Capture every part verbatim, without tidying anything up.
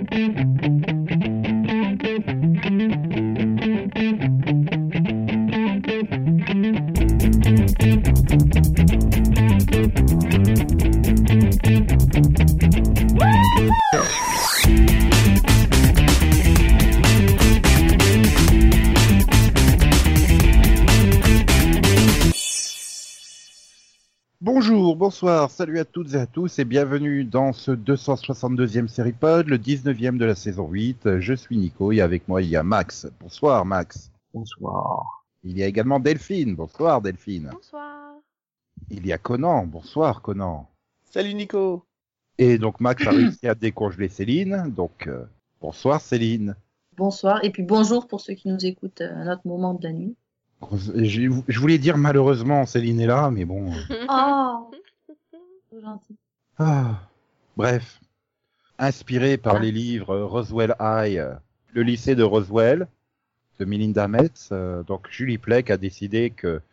Bonjour, bonsoir, salut à toutes et à tous et bienvenue dans ce deux cent soixante-deuxième Seripod, le dix-neuvième de la saison huit. Je suis Nico et avec moi il y a Max. Bonsoir Max. Bonsoir. Il y a également Delphine. Bonsoir Delphine. Bonsoir. Il y a Conan. Bonsoir Conan. Salut Nico. Et donc Max a réussi à décongeler Céline. Donc euh, bonsoir Céline. Bonsoir et puis bonjour pour ceux qui nous écoutent à notre moment de la nuit. Je, je voulais dire malheureusement Céline est là, mais bon. Oh, c'est gentil. Ah, bref. Inspiré par les livres Roswell High, le lycée de Roswell, de Melinda Metz, euh, donc Julie Plec a décidé que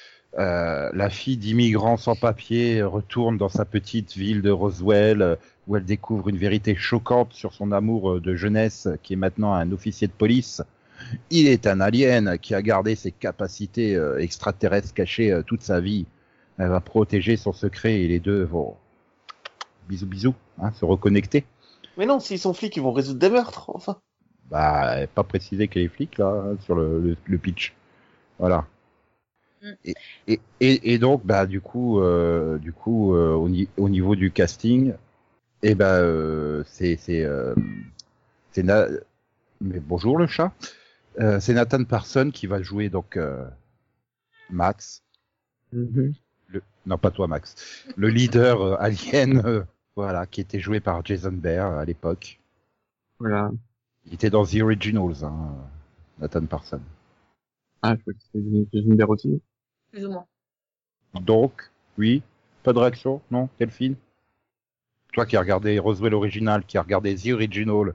euh, la fille d'immigrants sans papier retourne dans sa petite ville de Roswell, euh, où elle découvre une vérité choquante sur son amour de jeunesse, qui est maintenant un officier de police. Il est un alien qui a gardé ses capacités euh, extraterrestres cachées euh, toute sa vie. Elle va protéger son secret et les deux vont, bisous bisous, hein, se reconnecter. Mais non, s'ils sont flics, ils vont résoudre des meurtres, enfin. Bah, pas précisé qu'elle est flic, là, hein, sur le, le, le pitch. Voilà. Mm. Et, et, et, et donc, bah, du coup, euh, du coup, euh, au, ni- au niveau du casting, eh ben, euh, c'est, c'est, euh, c'est Na... Mais bonjour le chat. Euh, c'est Nathan Parsons qui va jouer donc euh, Max. Mm-hmm. Le... Non, pas toi, Max. Le leader euh, alien, euh, voilà, qui était joué par Jason Behr à l'époque. Voilà. Il était dans The Originals, hein, Nathan Parsons. Ah, je crois que c'est Jason Behr aussi. Plus ou moins. Donc, oui, pas de réaction, non, Delphine? Toi qui as regardé Roswell Original, qui a regardé The Original.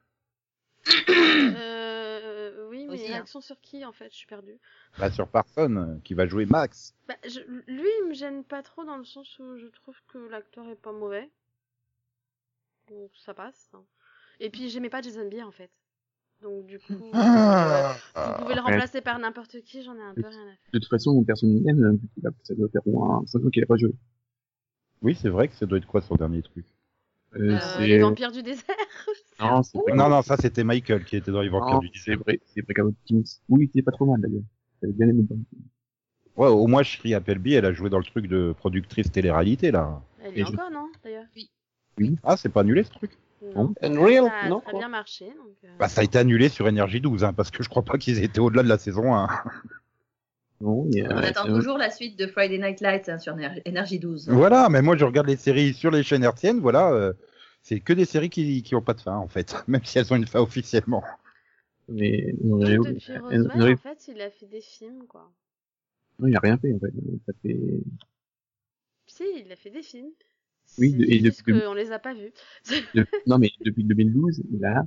Euh, oui, mais Aussi, réaction sur qui en fait? Je suis perdue. Bah, sur Parsons, euh, qui va jouer Max. Bah, je... Lui, il me gêne pas trop dans le sens où je trouve que l'acteur est pas mauvais. Donc ça passe. Et puis j'aimais pas Jason Behr en fait. Donc du coup, euh, vous pouvez le remplacer par n'importe qui, j'en ai un peu rien à faire. De toute façon, personne n'aime, ça doit faire au moins cinq ans qu'il a pas joué. Oui, c'est vrai que ça doit être quoi son dernier truc? Euh, Euh, c'est... Les vampires du désert. Non, c'est Non, non, ça c'était Michael qui était dans les vampires non, du c'est désert. vrai, c'est Breakout Kings. Oui, c'est pas trop mal d'ailleurs. J'avais bien aimé. Ouais, au moins Shri Appleby, elle a joué dans le truc de productrice télé-réalité là. Elle y est encore, non, d'ailleurs? Oui. Oui. Ah, c'est pas annulé ce truc? Non. Unreal, Ça a non très quoi. bien marché. Donc, euh... Bah, ça a été annulé sur Énergie douze, hein, parce que je crois pas qu'ils étaient au-delà de la saison un. Non, il y a... On attend euh, toujours la suite de Friday Night Lights hein, sur Énergie douze. Voilà, mais moi je regarde les séries sur les chaînes hertziennes, voilà, euh, c'est que des séries qui qui ont pas de fin en fait, même si elles ont une fin officiellement. Mais Donc, Unreal, depuis Roswell, Unreal- en fait, il a fait des films, quoi. non, il a rien fait en fait. Ça fait... Si, il a fait des films. Oui, C'est et juste depuis- qu'on les a pas vus. de- Non, mais depuis deux mille douze, il a...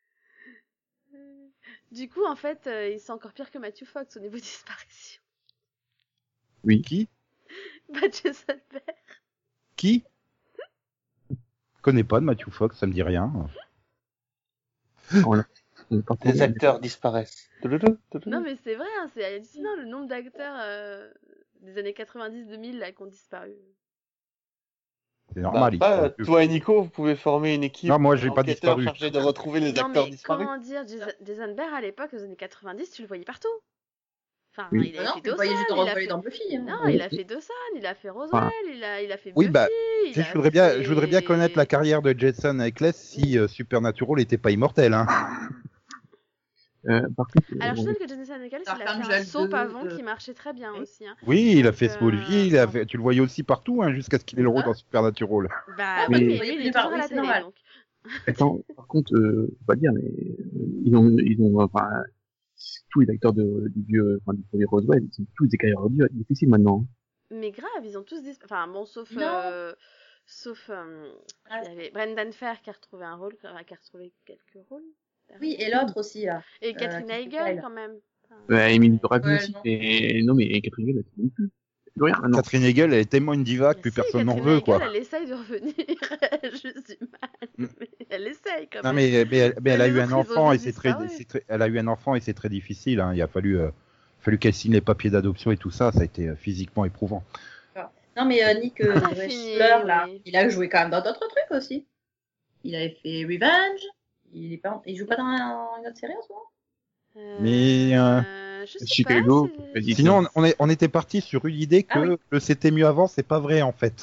Du coup, en fait, euh, il c'est encore pire que Matthew Fox au niveau disparition. Oui. Qui? Bah, Jason Behr. Qui? Je connais pas de Matthew Fox, ça me dit rien. On a... on a pas Les trop- acteurs disparaissent. Touloulou, touloulou. Non, mais c'est vrai, hein, c'est hallucinant le nombre d'acteurs euh, des années quatre-vingt-dix deux mille là qui ont disparu. C'est Bah, normal. après, il faut- toi et Nico, vous pouvez former une équipe. Non, moi, j'ai pas d'enquêteurs disparu. chargés de retrouver les Non, acteurs mais disparus. comment dire, Jason, Jason Behr à l'époque, aux années quatre-vingt-dix, tu le voyais partout. Enfin, Oui. il Ah a non, fait tu le voyais Dawson, juste il a Roswell fait... dans Buffy. Hein. Non, il a fait Dawson, il a fait Roswell, Enfin, il a, il a fait Oui, Buffy, bah, il Tu sais, a je voudrais bien, fait- je voudrais bien connaître la carrière de Jason Eccles si euh, Supernatural n'était pas immortel, hein. Euh, par contre, Alors, je euh, trouve que Jason Eccles, il a Arkham fait un Jal soap deux, avant euh, qui marchait très bien oui. aussi. Hein. Oui, il a Donc, fait euh, Smallville, il a enfin, fait, tu le voyais aussi partout, hein, jusqu'à ce qu'il ait le rôle dans Supernatural. Bah Mais- oui, mais Oui, lui, il oui, est par- toujours à oui, la c'est télé, normal. donc. attends, par contre, euh, faut pas dire, mais euh, ils ont, ils ont, enfin, tous les acteurs de, du vieux, enfin, du premier Roswell, ils sont tous des carrières dures- difficiles maintenant. Mais grave, ils ont tous disparu. Enfin, bon, sauf... Non. Euh... Sauf... Euh... Ah. Il y avait Brendan Fair qui a retrouvé un rôle, qui a retrouvé quelques rôles. Oui, et l'autre aussi, là. Et Catherine qui fait Heigl, Kyle. quand même. Enfin, Ouais, Emily Dragon Ouais, aussi, non. mais, non, mais Catherine Heigl, elle, non plus. plus rien maintenant. Catherine Hegel, elle est tellement une diva que Mais plus si, personne n'en Catherine veut, Hegel, quoi. Elle essaye de revenir. Juste du mal. Mm. Mais elle essaye quand Non, même. mais, mais, elle, mais elle a Les eu un autres, ils ont enfant et juste c'est très, disparu. c'est très, elle a eu un enfant et c'est très difficile. Hein. Il a fallu, euh, fallu qu'elle signe les papiers d'adoption et tout ça. Ça a été euh, physiquement éprouvant. Non, mais euh, Nick euh, Ah, fini, Wrestler, là, oui. il a joué quand même dans d'autres trucs aussi. Il avait fait Revenge. Il, est pas... il joue pas dans un- une autre série en ce moment. Euh, Mais, euh, je sais Chicago, pas. c'est- vas-y. Sinon, on, est, on était parti sur une idée que Ah oui. le c'était mieux avant, c'est pas vrai en fait.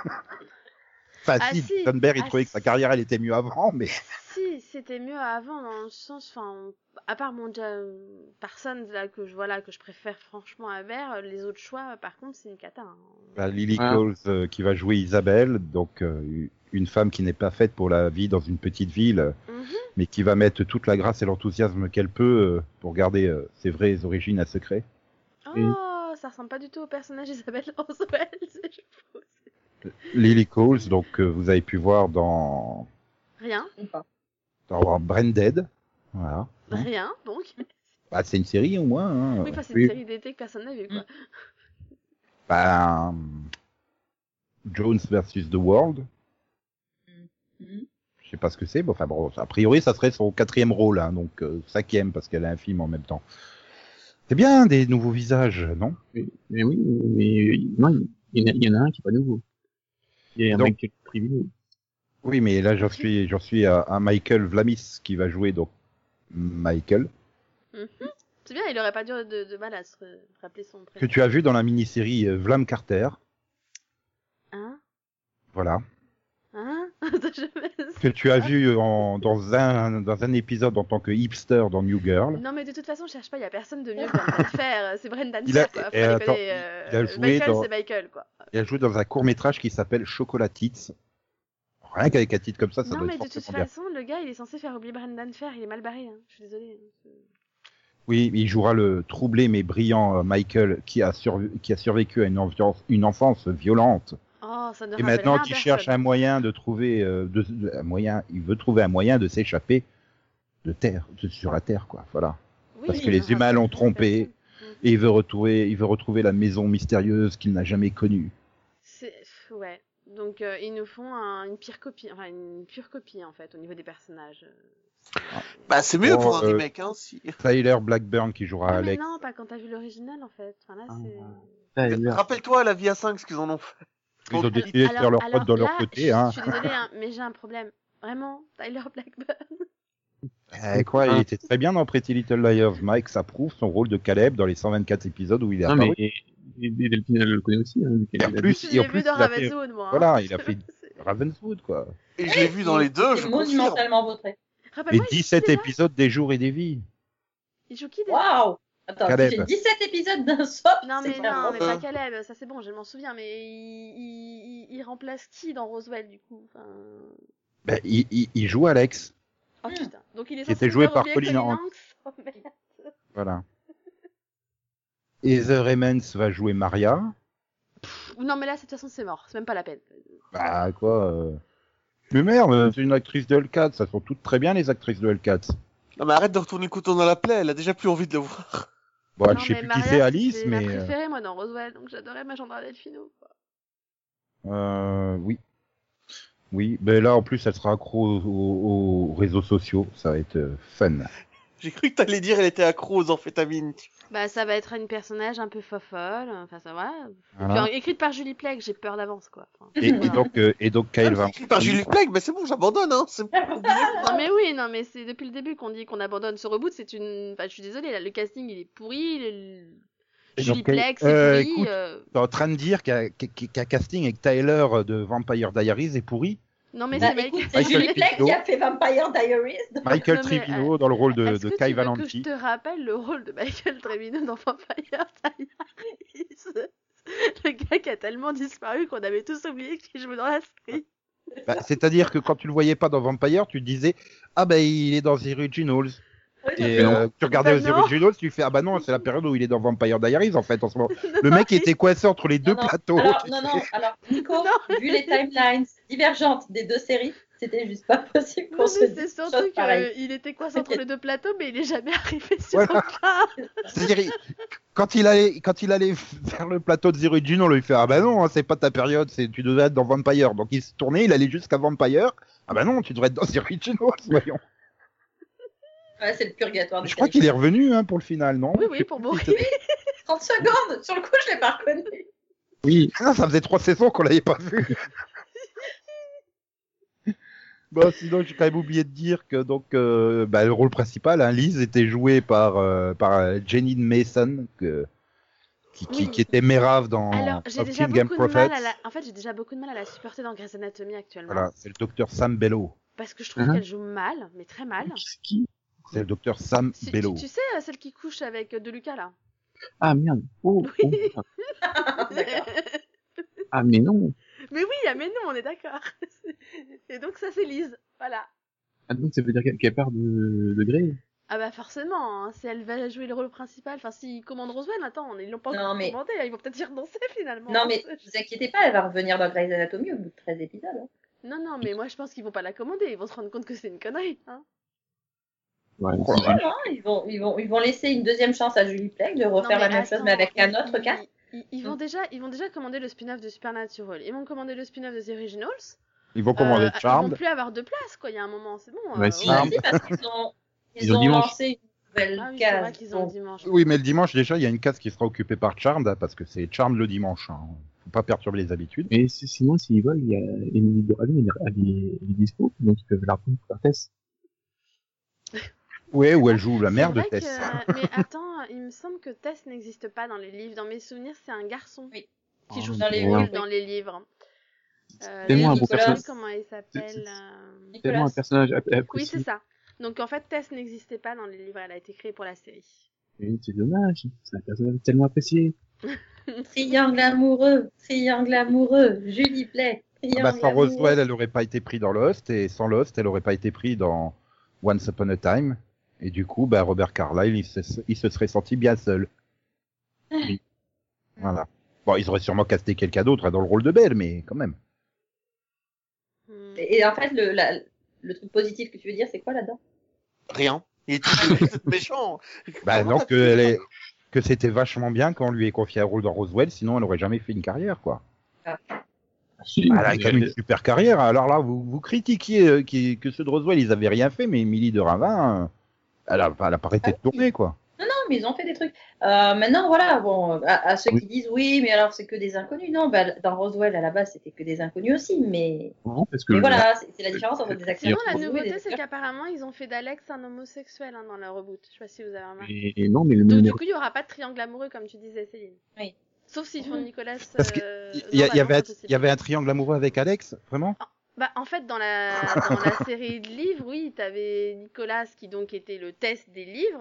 Enfin, Ah, si, si. Thunberg, il Ah, trouvait que sa carrière, elle était mieux avant, mais Si, c'était mieux avant dans le sens, enfin, à part mon ja- personne là que je vois là que je préfère franchement à Vert, les autres choix, par contre, c'est une cata. Hein. bah, Lily Ah. Coles euh, qui va jouer Isabelle, donc euh, une femme qui n'est pas faite pour la vie dans une petite ville, euh, Mhm. mais qui va mettre toute la grâce et l'enthousiasme qu'elle peut euh, pour garder euh, ses vraies origines à secret. Oh, Oui. ça ressemble pas du tout au personnage d'Isabelle Roswell, c'est je trouve. Lily Coles, donc euh, vous avez pu voir dans, Rien, Ou pas. dans Branded, voilà. Hein. rien, donc. Bah, c'est une série au moins. Hein. Oui, enfin, c'est oui. une série d'été que personne n'a vu, quoi. Bah, Jones versus The World. Mhm. Je sais pas ce que c'est, mais enfin bon, a priori ça serait son quatrième rôle, hein, donc euh, cinquième parce qu'elle a un film en même temps. C'est bien des nouveaux visages, non? Mais, mais oui, mais non, il y, en a, il y en a un qui est pas nouveau. Il y a un Donc- mec qui est privilégié. Oui, mais là j'en suis, j'en suis à, à Michael Vlamis qui va jouer donc Michael Mhm. C'est bien, il aurait pas dû de, de mal à se re- rappeler son que prénom. tu as vu dans la mini-série euh, Vlam Carter, Hein voilà, Hein Je- que tu as vu en, dans un dans un épisode en tant que hipster dans New Girl. Non, mais de toute façon, je cherche pas, il y a personne de mieux que Brendan Fer. C'est Brendan Il a- Fer, quoi. Faut et pas attends, déconner, euh, il a joué Michael, dans- c'est Michael, quoi. Il a joué dans un court métrage qui s'appelle Chocolatits. Rien qu'avec un titre comme ça, ça Non, doit mais être de toute forcément bien. façon, le gars, il est censé faire oublier Brendan Fer. Il est mal barré, hein. Je suis désolée. hein. Oui, il jouera le troublé mais brillant euh, Michael qui a, surv- qui a survécu à une, enviance- une enfance violente. Oh, ça ne Et rappelle maintenant rien à qu'il personne. cherche un moyen de trouver, euh, de, de- un moyen, il veut trouver un moyen de s'échapper de terre, de- sur la terre, quoi. Voilà. Oui, parce que ça les ne humains rappelle l'ont rien à trompé. personne. Et il veut retrouver, il veut retrouver la maison mystérieuse qu'il n'a jamais connue. C'est... Ouais. Donc, euh, ils nous font un- une pire copie. Enfin, une pure copie, en fait, au niveau des personnages. Bah, c'est mieux Bon, pour un euh, remake, hein, si. Tyler Blackburn qui jouera Ah, mais Alex. non, pas quand t'as vu l'original, en fait. Enfin, là, Ah, c'est... Ah, merde. Rappelle-toi la vie à cinq, ce qu'ils en ont fait. Ils ont Alors- décidé de faire leur pote de leur là, côté, je- hein. Je suis désolée, hein, mais j'ai un problème. Vraiment, Tyler Blackburn. Eh, quoi, il Ah. était très bien dans Pretty Little Liars. Mike s'approuve son rôle de Caleb dans les cent vingt-quatre épisodes où il est Non, apparu. mais et, et Delphine, elle le connaît aussi. Hein, vu qu'elle Et en l'a plus, vu. Je et en l'ai plus, vu dans il a fait Ravenswood, moi. hein. voilà, il a fait- C'est- Ravenswood, quoi. Et je l'ai vu dans les deux, je C'est confirme. monumentalement voté. Et Rappelle-moi, il joue qui dix-sept déjà épisodes des jours et des vies. Il joue qui déjà Waouh! Attends, Caleb. j'ai dix-sept épisodes d'un soap. Non, mais c'est non, pas mais bon. pas Caleb, ça c'est bon, je m'en souviens, mais il, il, il- il remplace qui dans Roswell, du coup enfin... Ben, il, il, il joue Alex. Oh Hmm. putain, donc il est Qui censé était joué faire par oublier Colin Colin Hanks. Hanks. Oh merde. Voilà. Heather Emmons va jouer Maria. Non, mais là, de toute façon, c'est mort, c'est même pas la peine. Bah, quoi. Euh... Mais merde, c'est une actrice de Hellcat. Ça sont toutes très bien, les actrices de Hellcat. Non, mais arrête de retourner le couteau dans la plaie, elle a déjà plus envie de le voir. Bon, non, je sais mais plus qui Maria, c'est Alice, c'était mais. ma euh, préférée, moi, dans Roswell, donc j'adorais Majandra Delfino. quoi. Euh, oui. Oui, mais là, en plus, elle sera accro aux, aux- aux réseaux sociaux. Ça va être euh, fun. J'ai cru que t'allais dire elle était accro aux amphétamines. Bah, ça va être une personnage un peu fofolle, enfin, ça va. Voilà. Puis, écrite par Julie Plec, j'ai peur d'avance, quoi. Enfin, Et, et voilà. donc, euh, et donc, Kyle Ah, va. c'est écrit par Julie Plec, mais c'est bon, j'abandonne, hein. C'est bon. Non mais oui, non mais c'est depuis le début qu'on dit qu'on abandonne ce reboot, c'est une... Enfin, je suis désolée, là, le casting il est pourri, le... Et Julie donc, Plec c'est euh, pourri... écoute, euh, T'es en train de dire qu'un qu'un- qu'un casting avec Tyler de Vampire Diaries est pourri? Non mais Bah, c'est écoute, mec... c'est Michael Julie Plec Trevino. qui a fait Vampire Diaries. donc- Michael Non, mais, Trevino dans le rôle de, Est-ce de que Kai tu veux que Valenti. je te rappelle le rôle de Michael Trevino dans Vampire Diaries? Le gars qui a tellement disparu qu'on avait tous oublié qu'il jouait dans la série. Bah, c'est-à-dire que quand tu le voyais pas dans Vampire, tu te disais ah bah il est dans The Originals. Oui, Et non, euh, tu regardais Bah, The non. Originals, tu fais ah bah non c'est la période où il est dans Vampire Diaries en fait en ce moment. Le mec était coincé entre les deux non, non. plateaux. Alors, tu non, sais. non, alors, Nico, Non. vu les timelines divergentes des deux séries, C'était juste pas possible Non, qu'on se mais dise c'est des surtout choses pareilles. qu'il était coincé entre les deux plateaux, mais il est jamais arrivé sur Voilà. aucun. C'est-à-dire, il- quand il allait, quand il allait vers le plateau de Zero Origin, on lui fait ah bah non, hein, c'est pas ta période, c'est tu devais être dans Vampire. Donc il se tournait, il allait jusqu'à Vampire. Ah bah non, tu devrais être dans Zero Originals, voyons. Ouais, c'est le purgatoire de Je crois qu'il est revenu hein, pour le final, non Oui, oui, pour mourir. trente secondes. Sur le coup, je l'ai pas reconnu. Oui, Ah, ça faisait trois saisons qu'on l'avait pas vu. Bon, sinon, j'ai quand même oublié de dire que donc euh, bah, le rôle principal, hein, Liz, était joué par euh, par euh, Janine Mason, que, qui, qui, Oui. qui était Mérave dans Alors, j'ai of déjà King and beaucoup de Prophets. mal à la... En fait, j'ai déjà beaucoup de mal à la supporter dans Grey's Anatomy actuellement. Voilà, c'est le docteur Sam Bellow. Parce que je trouve Mhm. qu'elle joue mal, mais très mal. c'est qui? C'est le docteur Sam Si- tu, Bellow. tu sais, euh, celle qui couche avec euh, De Lucas, là. Ah merde. Oh, oh. Oui. D'accord. Ah mais non. Mais oui, ah, mais non, on est d'accord. Et donc, ça, c'est Lise. Voilà. Ah donc ça veut dire qu'elle qu'elle part de, de Grey. Ah bah forcément, hein, si elle va jouer le rôle principal, enfin s'ils commandent Roswell, attends, ils l'ont pas Non, encore mais- commandé, hein, ils vont peut-être y renoncer finalement. Non, mais vous inquiétez pas, elle va revenir dans Grey's Anatomy au bout de treize épisodes. hein. Non, non, mais moi je pense qu'ils vont pas la commander, ils vont se rendre compte que c'est une connerie. Hein. Ouais, Oh c'est là Non, non, ils vont, ils vont, ils vont laisser une deuxième chance à Julie Plec de refaire Non, la même chose, attends, mais avec un ils- autre ils- cast. Ils, ils vont déjà, ils vont déjà commander le spin-off de Supernatural, ils vont commander le spin-off de The Originals. Ils vont commander Euh, ils vont Charmed. plus avoir de place, quoi. Il y a un moment, c'est bon. Ouais, euh, si. ouais. Bah si, parce qu'ils ont, ils Ils ont ont dimanche. lancé une nouvelle Ah oui, c'est vrai case. qu'ils ont le donc- dimanche. Oui, mais le dimanche déjà, il y a une case qui sera occupée par Charmed hein, parce que c'est Charmed le dimanche. Hein. Faut pas perturber les habitudes. Mais si- sinon, s'ils veulent, il y a Emily Doraline, elle, est- elle, est- elle est dispo, donc ils peuvent la reprendre pour la Tess. Ouais, où elle joue la C'est mère de vrai Tess. que- Mais attends, il me semble que Tess n'existe pas dans les livres. Dans mes souvenirs, c'est un garçon Oui. qui Ah, joue mais dans les ouais. rôles dans les livres. Euh, Tellement les- un je bon sais plus personnage. Comment il C'est- s'appelle c'est- euh, Nicolas. Tellement un personnage ap- Oui, apprécié. c'est ça. Donc en fait, Tess n'existait pas dans les livres. Elle a été créée pour la série. Et c'est dommage, c'est un personnage tellement apprécié. Triangle amoureux, triangle amoureux, Julie Plec, Ah triangle bah, sans amoureux. Roswell, elle aurait pas été prise dans Lost, et sans Lost, elle aurait pas été prise dans Once Upon a Time. Et du coup, bah, Robert Carlyle, il se, il se serait senti bien seul. Oui. Voilà. Bon, ils auraient sûrement casté quelqu'un d'autre hein, dans le rôle de Belle, mais quand même. Hmm. Et, et en fait, le, la, le truc positif que tu veux dire, c'est quoi là-dedans? Rien. Il est tout méchant. Bah, Comment non, t'as que, pu elle dire est, que c'était vachement bien quand on lui ait confié un rôle dans Roswell, sinon elle aurait jamais fait une carrière, quoi. Si, Elle a mais- quand même une super carrière. Alors là, vous, vous critiquiez euh, qui, que ceux de Roswell, ils avaient rien fait, mais Émilie de Ravin, euh, elle a, elle a pas arrêté de tourner, quoi. Non, non, mais ils ont fait des trucs. Euh, maintenant, voilà, bon, à, à ceux Oui. qui disent oui, mais alors c'est que des inconnus. Non, bah, dans Roswell, à la base, c'était que des inconnus aussi, mais, Non, parce que mais la- voilà, c'est c'est la différence entre des acteurs. Sinon, qui la vont jouer et nouveauté, des c'est acteurs- qu'apparemment, ils ont fait d'Alex un homosexuel hein, dans leur reboot. Je sais pas si vous avez remarqué. et, et non, mais le Donc, du numéro, coup, il y aura pas de triangle amoureux, comme tu disais, Céline. Oui. Sauf s'ils font Nicolas. Parce que euh, Il non, y, a- bah il y non, avait, c'est il possible. y avait un triangle amoureux avec Alex, vraiment? Bah, en fait, dans la, dans la série de livres, oui, t'avais Nicolas qui donc était le test des livres,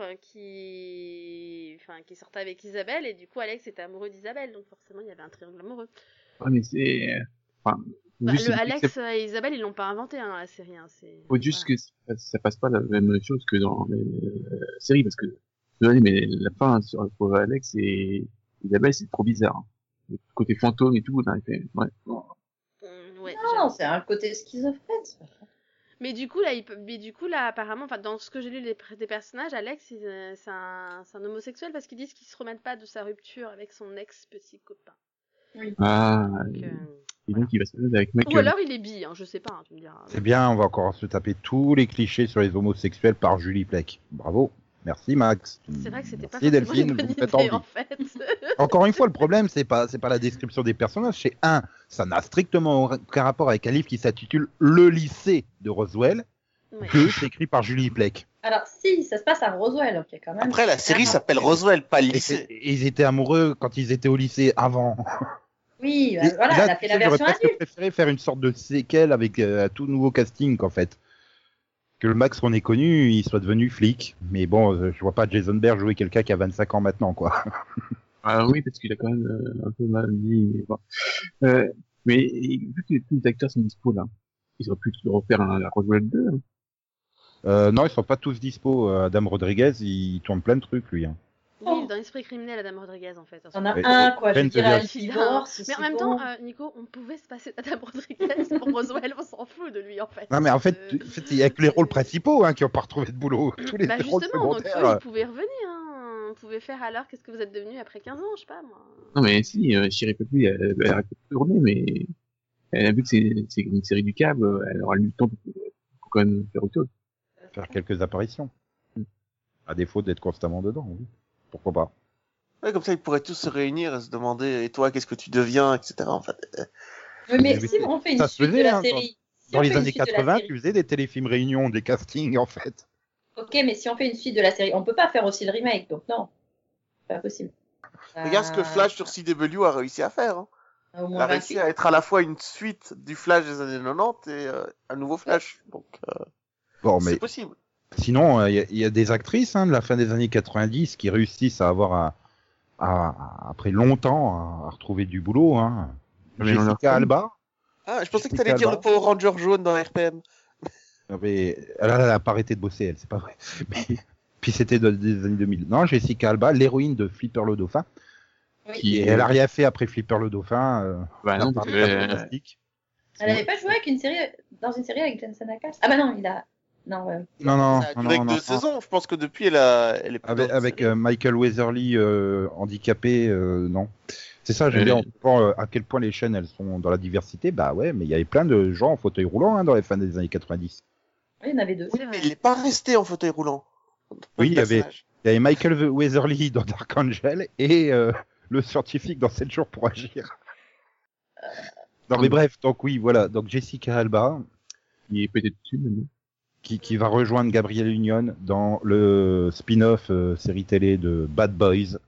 qui, enfin, qui sortait avec Isabelle, et du coup, Alex était amoureux d'Isabelle, donc forcément, il y avait un triangle amoureux. ouais, mais c'est, enfin, Bah, juste, le c'est- Alex et Isabelle, ils l'ont pas inventé hein, dans la série. Hein, c'est... faut juste voilà. que ça, ça passe pas la même chose que dans les euh, séries, parce que, désolé, mais la fin sur pour Alex et Isabelle, c'est trop bizarre. Le côté fantôme et tout, là, il fait, ouais. Hum, ouais, Non, j'avoue. c'est un côté schizophrène. ça. Mais du coup, là, il peut... mais du coup, là, apparemment, enfin, dans ce que j'ai lu les... des personnages, Alex, il, euh, c'est un... c'est un homosexuel parce qu'ils disent qu'il se remettent pas de sa rupture avec son ex-petit copain. Ah, Donc, euh, et donc il va se mettre avec Michael. Ou alors il est bi, hein, je sais pas, hein, tu me diras. C'est bien, on va encore se taper tous les clichés sur les homosexuels par Julie Plec. Bravo. Merci Max. C'est vrai que c'était pas Merci forcément Delphine, une bonne vous me idée, faites envie. en fait. Encore une fois, le problème, c'est pas, c'est pas la description des personnages, c'est un, ça n'a strictement aucun rapport avec un livre qui s'intitule Le lycée de Roswell, Ouais. que c'est écrit par Julie Plec. Alors, si, ça se passe à Roswell, donc il y a quand même. Après, la série Ah, s'appelle Roswell, pas le Et c'est- lycée. et ils étaient amoureux quand ils étaient au lycée avant. Oui, bah, Et voilà, là, elle a tu fait sais, la j'aurais version presque adulte. préféré faire une sorte de séquelle avec euh, un tout nouveau casting, en fait. Que le Max qu'on ait connu, il soit devenu flic. Mais bon, euh, je vois pas Jason Behr jouer quelqu'un qui a vingt-cinq ans maintenant, quoi. Ah oui, parce qu'il a quand même euh, un peu mal dit, mais bon. Euh, mais vu que tous les acteurs sont dispo là, ils auraient pu refaire un, la Roswell deux. Hein. Euh, non, ils sont pas tous dispo. Euh, Adam Rodriguez, il tourne plein de trucs, lui. Hein. Oui, dans l'esprit criminel, Adam Rodriguez, en fait. On a Mais- un, quoi. Je peine de dirais un dire- divorce. Mais en c'est même bon. temps, euh, Nico, on pouvait se passer d'Adam Rodriguez pour Roswell, on s'en fout de lui, en fait. Non mais en fait, Euh, en fait, il y a que les rôles principaux hein, qui ont pas retrouvé de boulot. Tous les Bah rôles justement, donc secondaires. eux, ils pouvaient revenir, hein. On pouvait faire alors, qu'est-ce que vous êtes devenu après quinze ans, je sais pas, moi. Non, mais si, euh, Shiri Peppy, elle, elle arrête pas de tourner, mais elle a vu que c'est c'est une série du câble, elle aura eu le temps pour, pour quand même faire autre chose. Faire quelques apparitions. Mm. À défaut d'être constamment dedans, oui. Pourquoi pas. Ouais, comme ça, ils pourraient tous se réunir et se demander, et toi, qu'est-ce que tu deviens, et cetera. En fait. Oui, mais Mais si on fait une ça se suite de faisait, la hein, série. si Dans on les fait une années suite de la quatre-vingts, série- tu faisais des téléfilms réunions, des castings en fait. Ok, mais si on fait une suite de la série, on peut pas faire aussi le remake, donc non. Pas possible. Regarde ce que Euh, Flash sur C W a réussi à faire. Hein. Au Elle moins a réussi vingt-huit. à être à la fois une suite du Flash des années quatre-vingt-dix et euh, un nouveau Flash. Donc, euh, Bon, c'est mais possible. sinon, il euh, y, y a des actrices hein, de la fin des années quatre-vingt-dix qui réussissent à avoir, un, à, à- après longtemps, à, à retrouver du boulot. Hein. Mais on a- Jessica Alba, Ah, je pensais que Jessica t'allais dire Alba. le Power Ranger jaune dans R P M. mais elle, elle a pas arrêté de bosser, elle, c'est pas vrai. Mais, puis c'était de- des années deux mille. Non, Jessica Alba, l'héroïne de Flipper le Dauphin, Oui. qui elle a rien fait après Flipper le Dauphin. Euh, Bah à non, part parce les que, Quatre euh, Fantastiques. Elle avait pas joué avec une série, dans une série avec Jensen Ackles. Ah bah non, il a. Non, ouais. Non, non, Ça a non, duré non, que non, deux non. saisons. Je pense que depuis, elle, a... elle est plus Avec, dans une avec série. euh, Michael Weatherly euh, handicapé, euh, non. C'est ça, j'aime Euh, bien on comprend, euh, à quel point les chaînes elles sont dans la diversité. Bah ouais, mais il y avait plein de gens en fauteuil roulant hein, dans les fins des années quatre-vingt-dix. Oui, il y en avait deux. C'est Mais vrai. il n'est pas resté en fauteuil roulant. Oui, Le il y avait- personnage. Il y avait Michael Weatherly dans Dark Angel et euh, le scientifique dans sept jours pour agir. Non mais bref, donc oui, voilà. Donc Jessica Alba il est peut-être dessus maintenant. qui, qui va rejoindre Gabrielle Union dans le spin-off euh, série télé de Bad Boys.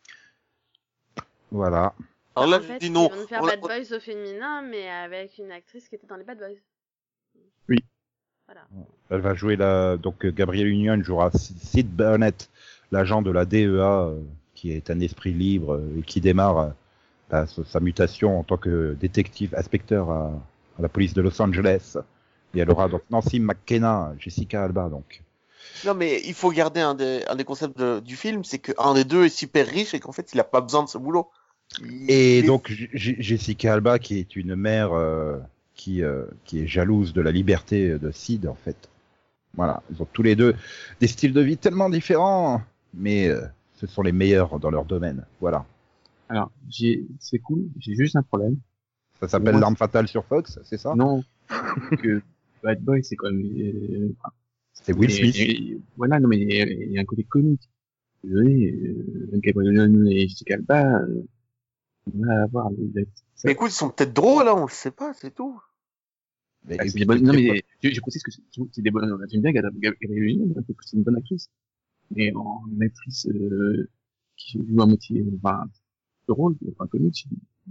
Voilà. Alors là, en je fait, dis non. ils vont nous faire On a- Bad Boys au féminin, mais avec une actrice qui était dans les Bad Boys. Oui. Voilà. Elle va jouer la donc euh, Gabrielle Union jouera Sid Burnett, l'agent de la D E A euh, qui est un esprit libre euh, et qui démarre euh, bah, sa sa mutation en tant que détective inspecteur à, à la police de Los Angeles. Et elle aura donc Nancy McKenna, Jessica Alba donc. Non, mais il faut garder un des, un des concepts de- du film, c'est qu'un des deux est super riche et qu'en fait, il a pas besoin de ce boulot. Il- Et il est- donc J- J- Jessica Alba qui est une mère euh, qui euh, qui est jalouse de la liberté de Sid en fait. Voilà, ils ont tous les deux des styles de vie tellement différents, mais euh, ce sont les meilleurs dans leur domaine. Voilà. Alors, j'ai, c'est cool, j'ai juste un problème. Ça s'appelle Moi, L'Arme Fatale sur Fox, c'est ça? Non, que Bad Boy, c'est quand même, euh, enfin, C'est Will et- Smith. et- voilà, non, mais il y a- il y a un côté comique. Désolé, euh, Gabriel Union et Jessica Alba, euh, on va avoir, le- Mais écoute, ils sont peut-être drôles, hein, on le sait pas, c'est tout. Mais, Ah, et c'est puis, des bonnes, non, c'est mais je, je précise que c'est, c'est des bonnes, j'aime bien Gab- Gabrielle Union, parce que c'est une bonne actrice. Mais en actrice, euh, qui joue un métier, enfin, de rôle, enfin, comique,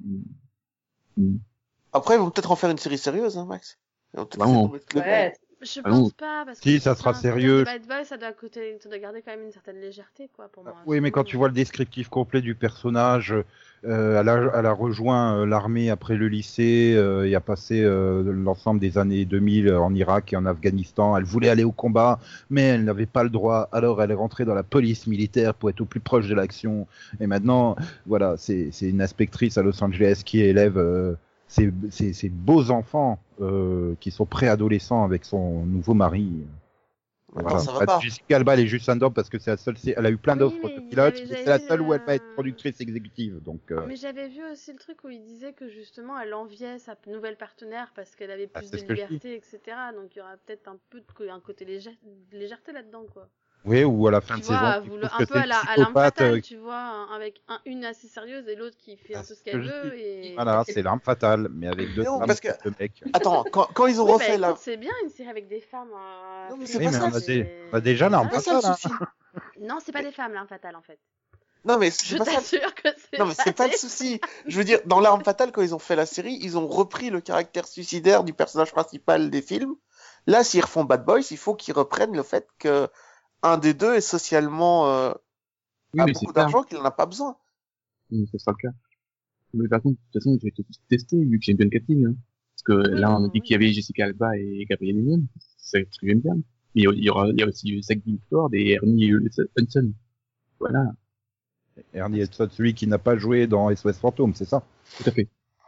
c'est- Après, ils vont peut-être en faire une série sérieuse, hein, Max. Ils vont peut-être Vraiment. laisser tomber toutes les blagues. Ouais. Je Ah non. pense pas, parce que Si, ça pour sera faire un spin-off sérieux. de Bad Boys, ça doit, coûter, ça doit garder quand même une certaine légèreté, quoi, pour moi. Oui, mais quand tu vois le descriptif complet du personnage, euh, elle, a, elle a rejoint euh, l'armée après le lycée, euh, et a passé euh, l'ensemble des années deux mille en Irak et en Afghanistan. Elle voulait aller au combat, mais elle n'avait pas le droit. Alors elle est rentrée dans la police militaire pour être au plus proche de l'action. Et maintenant, voilà, c'est c'est une inspectrice à Los Angeles qui élève euh, ses, ses, ses beaux enfants euh, qui sont préadolescents avec son nouveau mari. Maintenant, ça va Bah, pas. Jessica Alba, elle est juste un parce que c'est la seule. c'est- Elle a eu plein Oui, d'offres mais de il pilotes, avait- mais j'avais c'est la vu, seule où elle va être euh, productrice exécutive. Donc, euh, Mais j'avais vu aussi le truc où il disait que justement elle enviait sa nouvelle partenaire parce qu'elle avait Ah, plus c'est de ce que je dis. liberté, et cetera. Donc il y aura peut-être un peu de co- un côté léger, de légèreté là-dedans, quoi. oui, ou à la fin Tu de vois, saison, à tu vouloir- trouves un que peu c'est à la, une à l'arme psychopathe, fatale, euh, tu vois, un- avec un, une assez sérieuse et l'autre qui fait Ah, un peu c'est ce ce que qu'elle je veut. dis. Et... Voilà, c'est l'arme fatale, mais avec deux Non, femmes parce que- et deux mecs. Attends, quand, quand ils ont Oui, refait bah, la... écoute, c'est bien une série avec des femmes. euh, Non, mais féminines, c'est Oui, pas mais ça, on a, c'est- dé- on a déjà l'arme C'est pas ça le fatale. hein. souci. Non, c'est pas des femmes l'arme fatale en fait. Non, mais Je c'est pas ça. t'assure que c'est Non, mais c'est pas le des- souci. Je veux dire, dans L'Arme Fatale, quand ils ont fait la série, ils ont repris le caractère suicidaire du personnage principal des films. Là, s'ils refont Bad Boys, il faut qu'ils reprennent le fait que un des deux est socialement, euh, Oui, a mais c'est beaucoup ça. d'argent qu'il en a pas besoin. Oui, ça sera le cas. Mais par contre, de toute façon, je vais te tester, vu que j'aime bien le casting, hein. Parce que Oui, là, on a oui, dit oui. qu'il y avait Jessica Alba et Gabrielle Union. C'est ce que j'aime bien. Mais il y aura, il y a aussi Zach Gilford et Ernie Hudson. Voilà. Ernie Hudson, celui qui n'a pas joué dans S O S Fantôme, c'est ça? Tout à fait.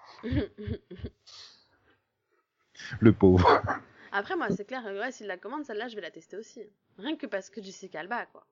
Le pauvre. Après, moi, c'est clair, ouais, s'il la commande, celle-là, je vais la tester aussi. Rien que parce que Jessica Alba, quoi.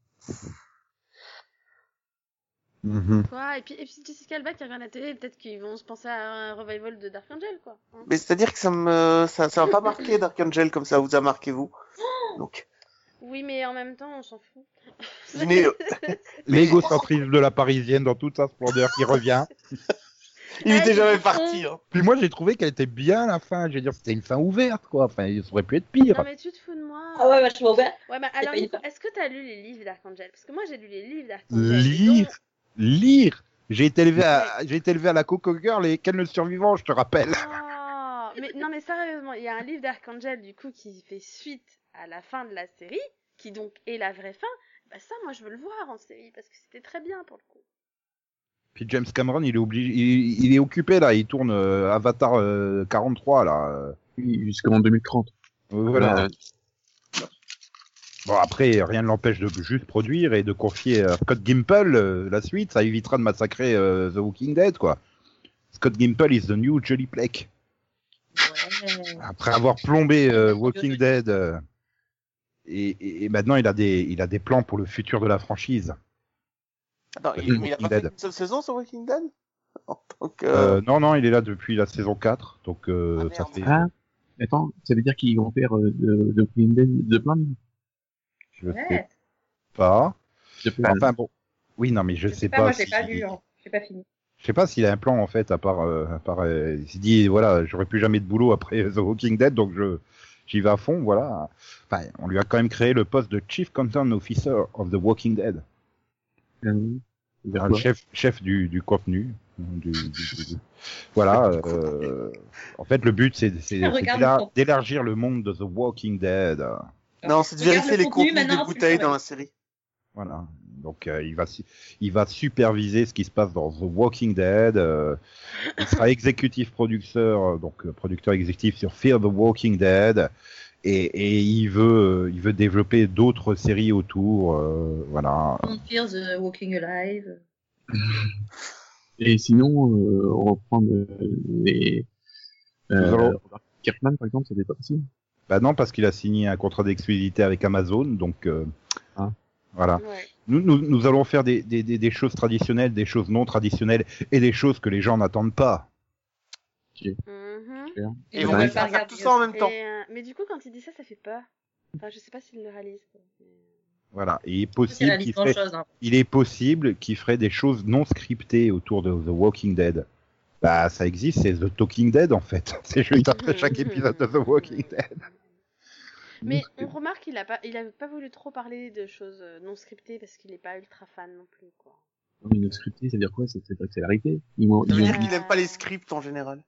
Mhm. Quoi et puis, et puis Jessica Alba qui regarde la télé, peut-être qu'ils vont se penser à un revival de Dark Angel, quoi. Hein. Mais c'est-à-dire que ça me, ça, ça m'a pas marqué Dark Angel comme ça vous a marqué vous. Donc, Oui, mais en même temps, on s'en fout. mais, L'égocentrisme de la Parisienne dans toute sa splendeur qui revient. il Ah, était ils jamais font- parti, hein. Puis moi, j'ai trouvé qu'elle était bien la fin. Je veux dire, c'était une fin ouverte, quoi. Enfin, il aurait pu être pire. Non, mais tu te fous de moi. Ah ouais, vachement ouvert. Ouais, mais alors, pas Nico, évident. est-ce que t'as lu les livres d'Archangel? Parce que moi, j'ai lu les livres d'Archangel. et Lire, donc- lire. J'ai été élevé à, j'ai été élevé à la Coco Girl et Ken le survivant, je te rappelle. Oh, mais non, mais sérieusement, il y a un livre d'Archangel, du coup, qui fait suite à la fin de la série, qui donc est la vraie fin. Bah, ça, moi, je veux le voir en série, parce que c'était très bien pour le coup. Puis James Cameron, il est obligé, il, il est occupé là, il tourne euh, Avatar euh, quarante-trois là. euh. Oui, jusqu'en deux mille trente. Voilà. Euh, Bon après, rien ne l'empêche de juste produire et de confier à Scott Gimple euh, la suite. Ça évitera de massacrer euh, The Walking Dead quoi. Scott Gimple is the new Jolly Plec. Ouais. Après avoir plombé euh, Walking Dead, euh, et, et, et maintenant il a des, il a des plans pour le futur de la franchise. Attends, The il, mais il a Walking pas fait Dead. une seule saison sur Walking Dead? En tant que, Euh, non non, il est là depuis la saison quatre, donc euh, Ah, ça merde. fait. Ah, attends, ça veut dire qu'ils vont faire euh, de, de, de, de plein de... Je sais Ouais. pas. de plein de- Enfin bon. Oui non mais je, Je sais sais pas, pas. moi, j'ai si- pas vu, hein. J'ai pas fini. Je sais pas s'il a un plan en fait à part, euh, à part euh, il s'est dit voilà j'aurai plus jamais de boulot après The Walking Dead donc je j'y vais à fond voilà. Enfin on lui a quand même créé le poste de Chief Content Officer of The Walking Dead. Euh, vers Ah, le quoi chef chef du, du contenu. Du, du- du- du- Voilà. Euh, en fait le but c'est c'est- c'est Regarde d'élar- le contenu. d'élargir le monde de The Walking Dead. Non, c'est de Regarde vérifier le les contenu, contenus des maintenant, tu le bouteilles saurais. dans la série. Voilà. Donc euh, il va su- il va superviser ce qui se passe dans The Walking Dead. euh, il sera exécutif producteur, euh, donc euh, producteur exécutif sur Fear the Walking Dead, et, et il veut euh, il veut développer d'autres séries autour. euh, voilà. On Fear the Walking Alive. Et sinon, euh, on reprend euh, les... Nous Euh, allons- Robert Kirkman, par exemple, c'était pas possible. Bah non parce qu'il a signé un contrat d'exclusivité avec Amazon, donc euh, Ah. voilà. Ouais. Nous, nous nous allons faire des, des des des choses traditionnelles, des choses non traditionnelles et des choses que les gens n'attendent pas. Mhm. Et Ils on veulent va pas faire regarder tout ça en même Et, temps. euh, mais du coup, quand il dit ça, ça fait peur. Enfin, je sais pas s'il le réalise. quoi. Mais- Voilà. Et il est C'est possible la qu'il liste ferait chose, hein. il est possible qu'il ferait des choses non scriptées autour de The Walking Dead. Bah, ça existe, c'est The Talking Dead en fait. C'est juste après chaque épisode de The Walking Dead. Mais on remarque qu'il a pas, il a pas voulu trop parler de choses euh, non scriptées parce qu'il est pas ultra fan non plus, quoi. Mais une scriptée, ça veut dire quoi? C'est c'est la réalité. Ils vont, Ça ils veut vont- dire qu'il aime pas les scripts en général.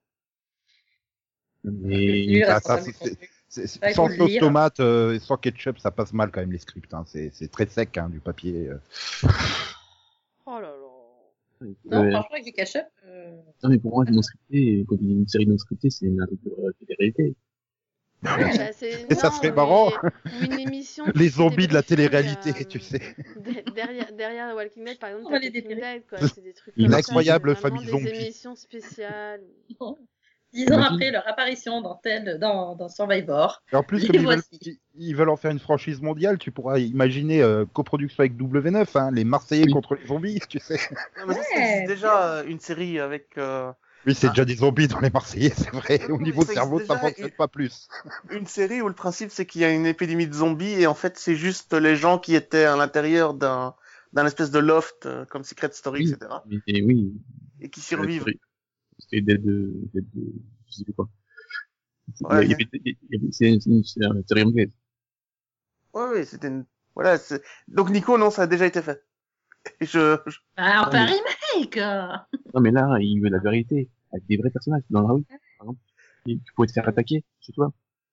mais Lui, le Ah, ça, responsable c'est- du contenu. c'est- c'est- Ouais, il sans faut le sauce lire. tomate, euh, sans ketchup, ça passe mal quand même les scripts. Hein. C'est c'est très sec hein, du papier. euh. Oh là là. Non, Ouais. franchement, avec du ketchup, euh... Non, mais pour moi, non scripté, quand il y a une série non scriptée, c'est une télé-réalité. Ouais, bah, c'est... Et ça non, serait mais- marrant. Ou une émission. Les qui zombies de la débriefing, télé-réalité, euh, tu sais. de- derrière, derrière Walking Dead, par exemple, On t'as va les Walking déterrer. Dead, quoi. C'est des trucs Une comme ça, incroyable c'est vraiment famille des zombie. émissions spéciales. dix ans Imagine. après leur apparition dans tel, dans, dans Survivor. Et en plus, Les comme ils veulent, voici. ils- ils veulent en faire une franchise mondiale, tu pourras imaginer euh, coproduction avec W neuf, hein, les Marseillais Oui. contre les zombies, tu sais. Non, mais ça, ça Ouais, existe déjà euh, une série avec euh, Oui, c'est Ah. déjà des zombies dans les Marseillais, c'est vrai. Non, Au mais niveau ça existe cerveau, ça déjà, fonctionne et- pas plus. une série où le principe c'est qu'il y a une épidémie de zombies et en fait c'est juste les gens qui étaient à l'intérieur d'un d'un espèce de loft euh, comme Secret Story, Oui. et cetera. Mais, et oui. Et qui survivent. C'était Dead, Dead, je sais plus quoi. Ouais. Il y avait, il y avait, c'est une, c'est une, c'est une série anglaise. Ouais, oui, c'était une... Voilà, c'est... Donc Nico, non, ça a déjà été fait. Et je... je- Ah, on fait un Ouais. remake euh. Non, mais là, il veut la vérité. Avec des vrais personnages dans la rue, par exemple. Et tu pourrais te faire attaquer chez toi.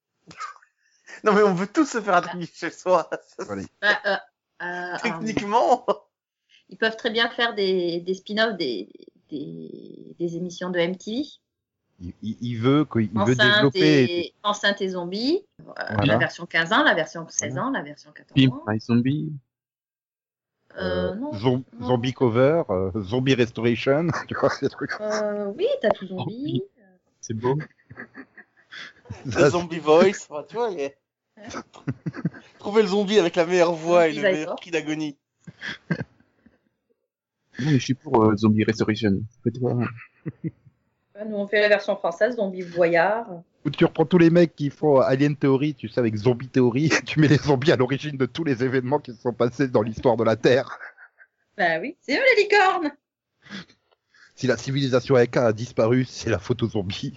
Non mais on veut tous se faire attaquer chez soi. Allez. Bah, euh, euh, Techniquement. ils peuvent très bien faire des, des spin-offs des, des, des émissions de M T V. Il, il- il veut, qu'il- il veut Enceinte développer. et, enceinte et zombie. Euh, Voilà. La version quinze ans, la version seize ans, la version quatorze Pimp ans. My Zombie. Euh, non. Zom- non. Zombie cover, euh, zombie restoration, tu vois ces trucs. Euh, oui, t'as tout zombie. C'est beau. Le Ça, zombie voice, enfin, tu vois, les... trouver le zombie avec la meilleure voix et le Zombie meilleur Zytor. cri d'agonie. Non, mais je suis pour euh, Zombie Restoration. Faites-toi. Nous, on fait la version française, zombie voyard. Où tu reprends tous les mecs qui font Alien Theory, tu sais, avec Zombie Theory, tu mets les zombies à l'origine de tous les événements qui se sont passés dans l'histoire de la Terre. Bah oui, c'est eux les licornes. Si la civilisation A K a disparu, c'est la photo zombie.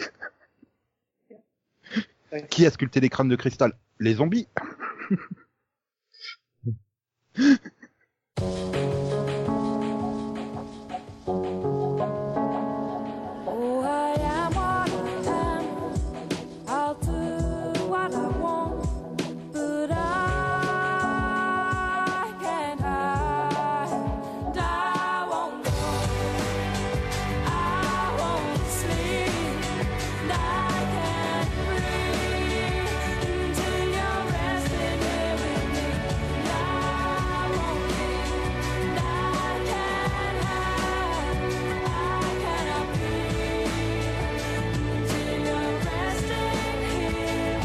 Qui a sculpté les crânes de cristal? Les zombies. Oh, I am what I am. I'll do what I want, but I can't hide. And I won't go. I won't sleep. And I can't breathe until you're resting here with me. And I won't leave. And I can't hide. I cannot breathe until you're resting here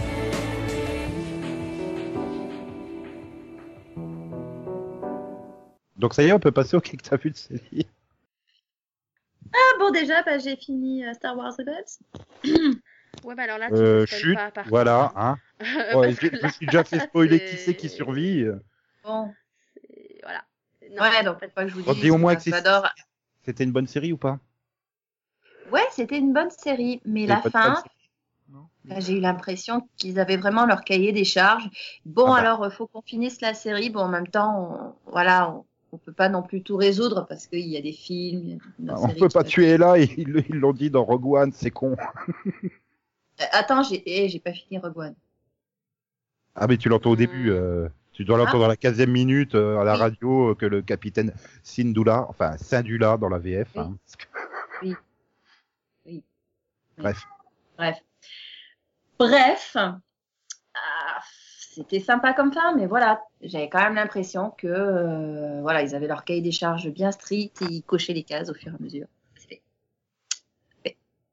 Donc ça y est, on peut passer au que t'as vu de série. Ah bon, déjà, bah, j'ai fini euh, Star Wars Rebels. Ouais, bah alors là, tu Euh, me spoil chute, pas, par voilà, contre, hein. hein. Ouais, Parce je, que je là, me suis déjà fait spoiler qui c'est- c'est qui survit. Bon, c'est- Voilà. Non, ouais, donc faites pas que je vous On dise. dit au moins moi, que c'est- j'adore. C'était une bonne série ou pas? Ouais, c'était une bonne série, mais Et la pas de fin, fan série. Non. bah, j'ai eu l'impression qu'ils avaient vraiment leur cahier des charges. Bon, Ah bah. alors, il faut qu'on finisse la série. Bon, en même temps, on, voilà, on, on peut pas non plus tout résoudre parce qu'il y a des films, il y a une On série peut qui pas va- tuer là, ils ils l'ont dit dans Rogue One, c'est con. Euh, Attends, j'ai, eh, j'ai pas fini Rogue One. Ah mais tu l'entends au Hmm. début, euh, tu dois l'entendre à la quinzième minute euh, à la Oui. radio euh, que le capitaine Syndulla, enfin Syndulla dans la V F. Oui. Hein. Oui. Oui. Bref. Bref. Bref. Ah, c'était sympa comme fin, mais voilà, j'avais quand même l'impression que euh, voilà, ils avaient leur cahier des charges bien strict et ils cochaient les cases au fur et à mesure. C'est fait. fait.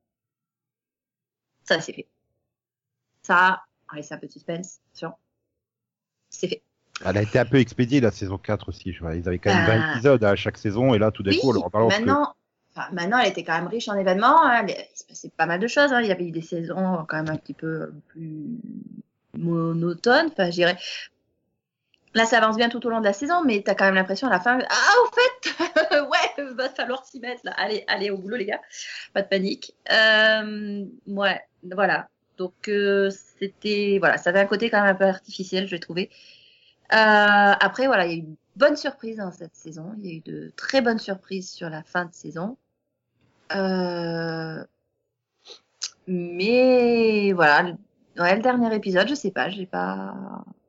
Ça, c'est fait. Ça, allez, c'est un peu de suspense, attention. C'est fait. Elle a été un peu expédiée la saison quatre aussi, je vois. Ils avaient quand même Bah. vingt épisodes à chaque saison et là tout d'un Oui, coup on leur balance que- maintenant, enfin, maintenant, elle était quand même riche en événements. Hein. Il se passait pas mal de choses. Hein. Il y avait eu des saisons quand même un petit peu plus monotones. Enfin, je dirais. Là, ça avance bien tout au long de la saison, mais t'as quand même l'impression à la fin, ah, au fait, ouais, va falloir s'y mettre là. Allez, allez au boulot, les gars. Pas de panique. Euh, ouais, voilà. Donc, euh, c'était, voilà, ça avait un côté quand même un peu artificiel, je l'ai trouvé. Euh, après, voilà, il y a eu une bonne surprise dans cette saison. Il y a eu de très bonnes surprises sur la fin de saison. Euh, mais voilà, le, ouais, le dernier épisode, je sais pas, j'ai pas.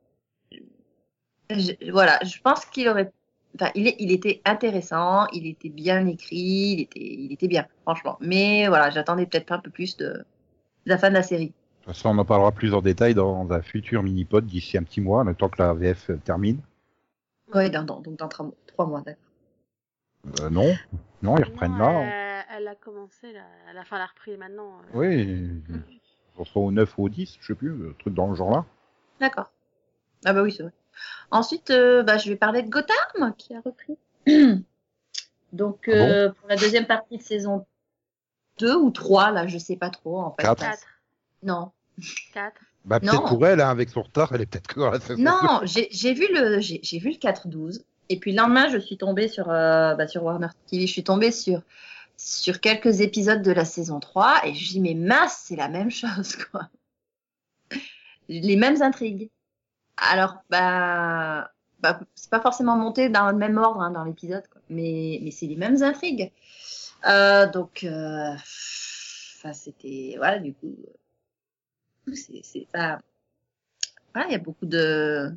Je, voilà, je pense qu'il aurait. Enfin, il, est, il était intéressant, il était bien écrit, il était, il était bien, franchement. Mais voilà, j'attendais peut-être un peu plus de, de la fin de la série. De toute façon, on en parlera plus en détail dans un futur mini-pod d'ici un petit mois, le temps que la V F termine. Oui, dans, dans, donc dans trois, trois mois, d'accord. Euh, non, non, ils reprennent Non, là. elle, elle a commencé, là. Elle a, enfin, elle a repris maintenant. euh. Oui, on sera au neuf ou au dix, je sais plus, un truc dans le genre là. D'accord. Ah bah oui, c'est vrai. Ensuite, euh, bah, je vais parler de Gotham, qui a repris. Donc, Ah bon euh, pour la deuxième partie de saison deux ou trois, là, je sais pas trop, en fait. Quatre. Bah, Quatre. non. Quatre. Bah peut-être Non. pour elle, hein, avec son retard, elle est peut-être que dans la saison Non, j'ai j'ai vu le j'ai j'ai vu le quatre douze et puis le lendemain je suis tombée sur euh, bah, sur Warner T V, je suis tombée sur sur quelques épisodes de la saison trois et je dis mais mince, c'est la même chose quoi. Les mêmes intrigues. Alors bah bah c'est pas forcément monté dans le même ordre hein, dans l'épisode quoi, mais mais c'est les mêmes intrigues. Euh, donc euh, enfin c'était voilà du coup c'est c'est pas voilà, il y a beaucoup de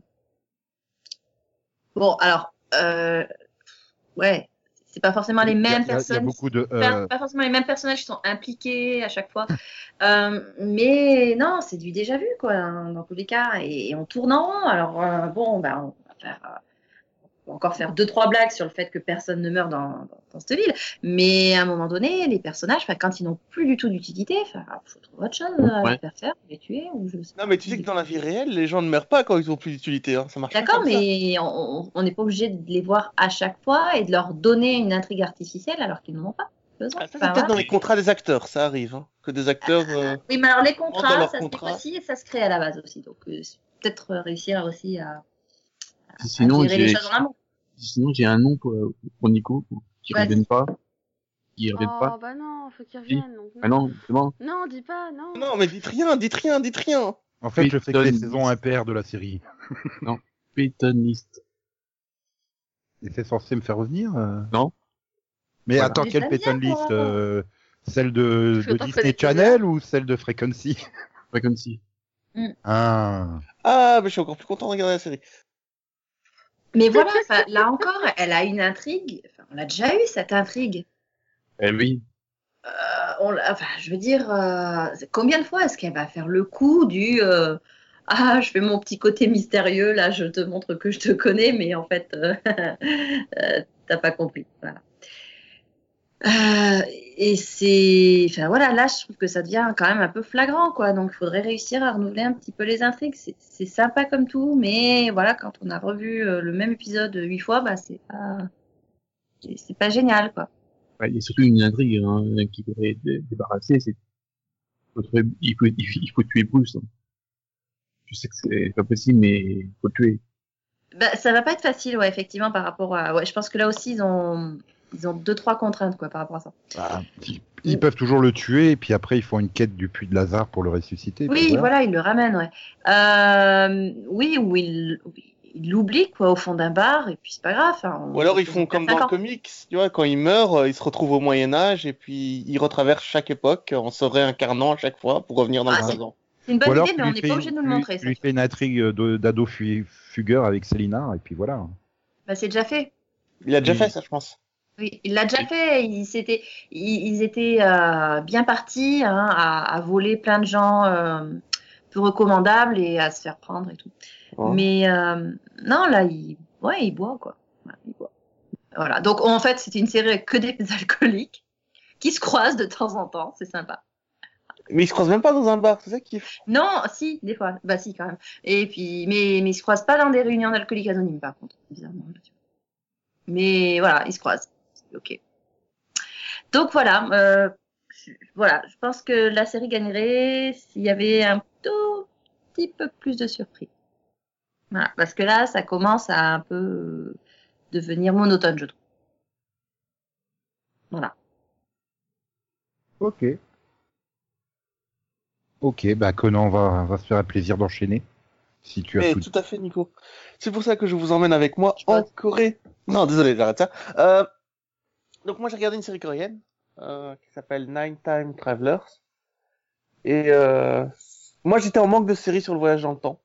bon alors euh, ouais c'est pas forcément les Il y a- mêmes il y a- personnes Il y a beaucoup de. pas, euh, pas forcément les mêmes personnages qui sont impliqués à chaque fois euh, mais non c'est du déjà vu quoi dans, dans tous les cas et, et on tourne en rond alors euh, bon ben on va faire euh, peut encore faire deux, trois blagues sur le fait que personne ne meurt dans, dans, dans cette ville. Mais à un moment donné, les personnages, enfin, quand ils n'ont plus du tout d'utilité, enfin, faut trouver autre chose à Ouais. leur faire faire, les tuer, ou je sais Non, pas. mais tu sais que dans la vie réelle, les gens ne meurent pas quand ils ont plus d'utilité. Hein. Ça marche pas D'accord, comme ça. mais on on n'est pas obligé de les voir à chaque fois et de leur donner une intrigue artificielle alors qu'ils n'en ont pas besoin. Ah, ça, c'est Enfin, peut-être dans voilà. les contrats des acteurs, ça arrive. Hein. Que des acteurs. euh, Oui, mais alors les Dans contrats, leur ça se contrat. négocie et ça se crée à la base aussi. Donc, euh, c'est peut-être euh, réussir aussi à, à Sinon, gérer les j'ai, choses en amont. sinon, j'ai un nom pour, pour Nico, qui Vas-y. revienne pas. Qui revienne Oh, pas. bah non, faut qu'il revienne. Donc, Ah non, c'est bon. Non, dis pas, non. Non, mais dites rien, dites rien, dites rien. En fait, Oui, je fais que les donne- saisons impaires de la série. Pétoniste. Et c'est censé me faire revenir euh Non. Mais Voilà. attends, Mais quelle j'aime bien, Peyton List moi. euh, Celle de, Je de t'en Disney connais Channel ou celle de Frequency? Pas comme si. Ah. Ah, mais je suis encore plus content de regarder la série. Mais voilà, enfin, là encore, elle a une intrigue. Enfin, on l'a déjà eu cette intrigue. Eh oui. Euh, on l'a- enfin, je veux dire, euh, combien de fois est-ce qu'elle va faire le coup du euh, ah, je fais mon petit côté mystérieux, là, je te montre que je te connais, mais en fait, euh, euh, t'as pas compris. Voilà. Euh, et c'est, enfin voilà, là, je trouve que ça devient quand même un peu flagrant, quoi. Donc, il faudrait réussir à renouveler un petit peu les intrigues. C'est, c'est sympa comme tout, mais voilà, quand on a revu euh, le même épisode huit fois, bah, c'est pas, c'est c'est pas génial, quoi. Ouais, il y a surtout une intrigue hein, qui pourrait dé- débarrasser, c'est faut trouver- il faut, il faut, il faut tuer Bruce. Hein. Je sais que c'est pas possible, mais il faut le tuer. Bah, ça va pas être facile, ouais, effectivement, par rapport à, ouais, je pense que là aussi, ils ont, ils ont deux, trois contraintes, quoi, par rapport à ça. Bah, ils, ils peuvent toujours le tuer et puis après ils font une quête du puits de Lazare pour le ressusciter. Oui, puis voilà, ils le ramènent, ouais. Euh, oui, ou ils, ils l'oublient, quoi, au fond d'un bar, et puis c'est pas grave. Hein, on- Ou alors ils on font perd comme dans cinq le ans. comics, tu vois, quand ils meurent, euh, ils se retrouvent au Moyen-Âge et puis ils retraversent chaque époque en se réincarnant à chaque fois pour revenir dans Ah, le c'est- présent. C'est une Ou bonne alors idée, tu mais on lui n'est fais pas une- obligé de nous tu le lui- montrer, tu ça. lui fais une intrigue de- d'ado fu- fugueur avec Célina et puis voilà. Bah, c'est déjà fait. Il a déjà Oui. fait ça, je pense. Oui, il l'a déjà fait. Ils, s'étaient- ils, ils étaient euh, bien partis hein, à, à voler plein de gens euh, peu recommandables et à se faire prendre et tout. Ouais. Mais euh, non, là, il, ouais, il boit, quoi. Ouais, il boit. Voilà. Donc, en fait, c'était une série avec que des alcooliques qui se croisent de temps en temps. C'est sympa. Mais ils se croisent même pas dans un bar, c'est ça qui est fou. Non, si, des fois. Bah, si, quand même. Et puis, mais, mais ils se croisent pas dans des réunions d'alcooliques anonymes, par contre. Bizarrement. Mais voilà, ils se croisent. Ok. Donc voilà, euh, je, voilà, je pense que la série gagnerait s'il y avait un tout petit peu plus de surprise. Voilà, parce que là, ça commence à un peu euh, devenir monotone, je trouve. Voilà. Ok. Ok, bah Conan va, va se faire un plaisir d'enchaîner. Si tu as Mais tout. tout à fait, Nico. C'est pour ça que je vous emmène avec moi Je en pense. Corée. Non, désolé, j'arrête ça. Euh, donc moi j'ai regardé une série coréenne euh, qui s'appelle Nine Time Travelers. Et euh, moi j'étais en manque de séries sur le voyage dans le temps.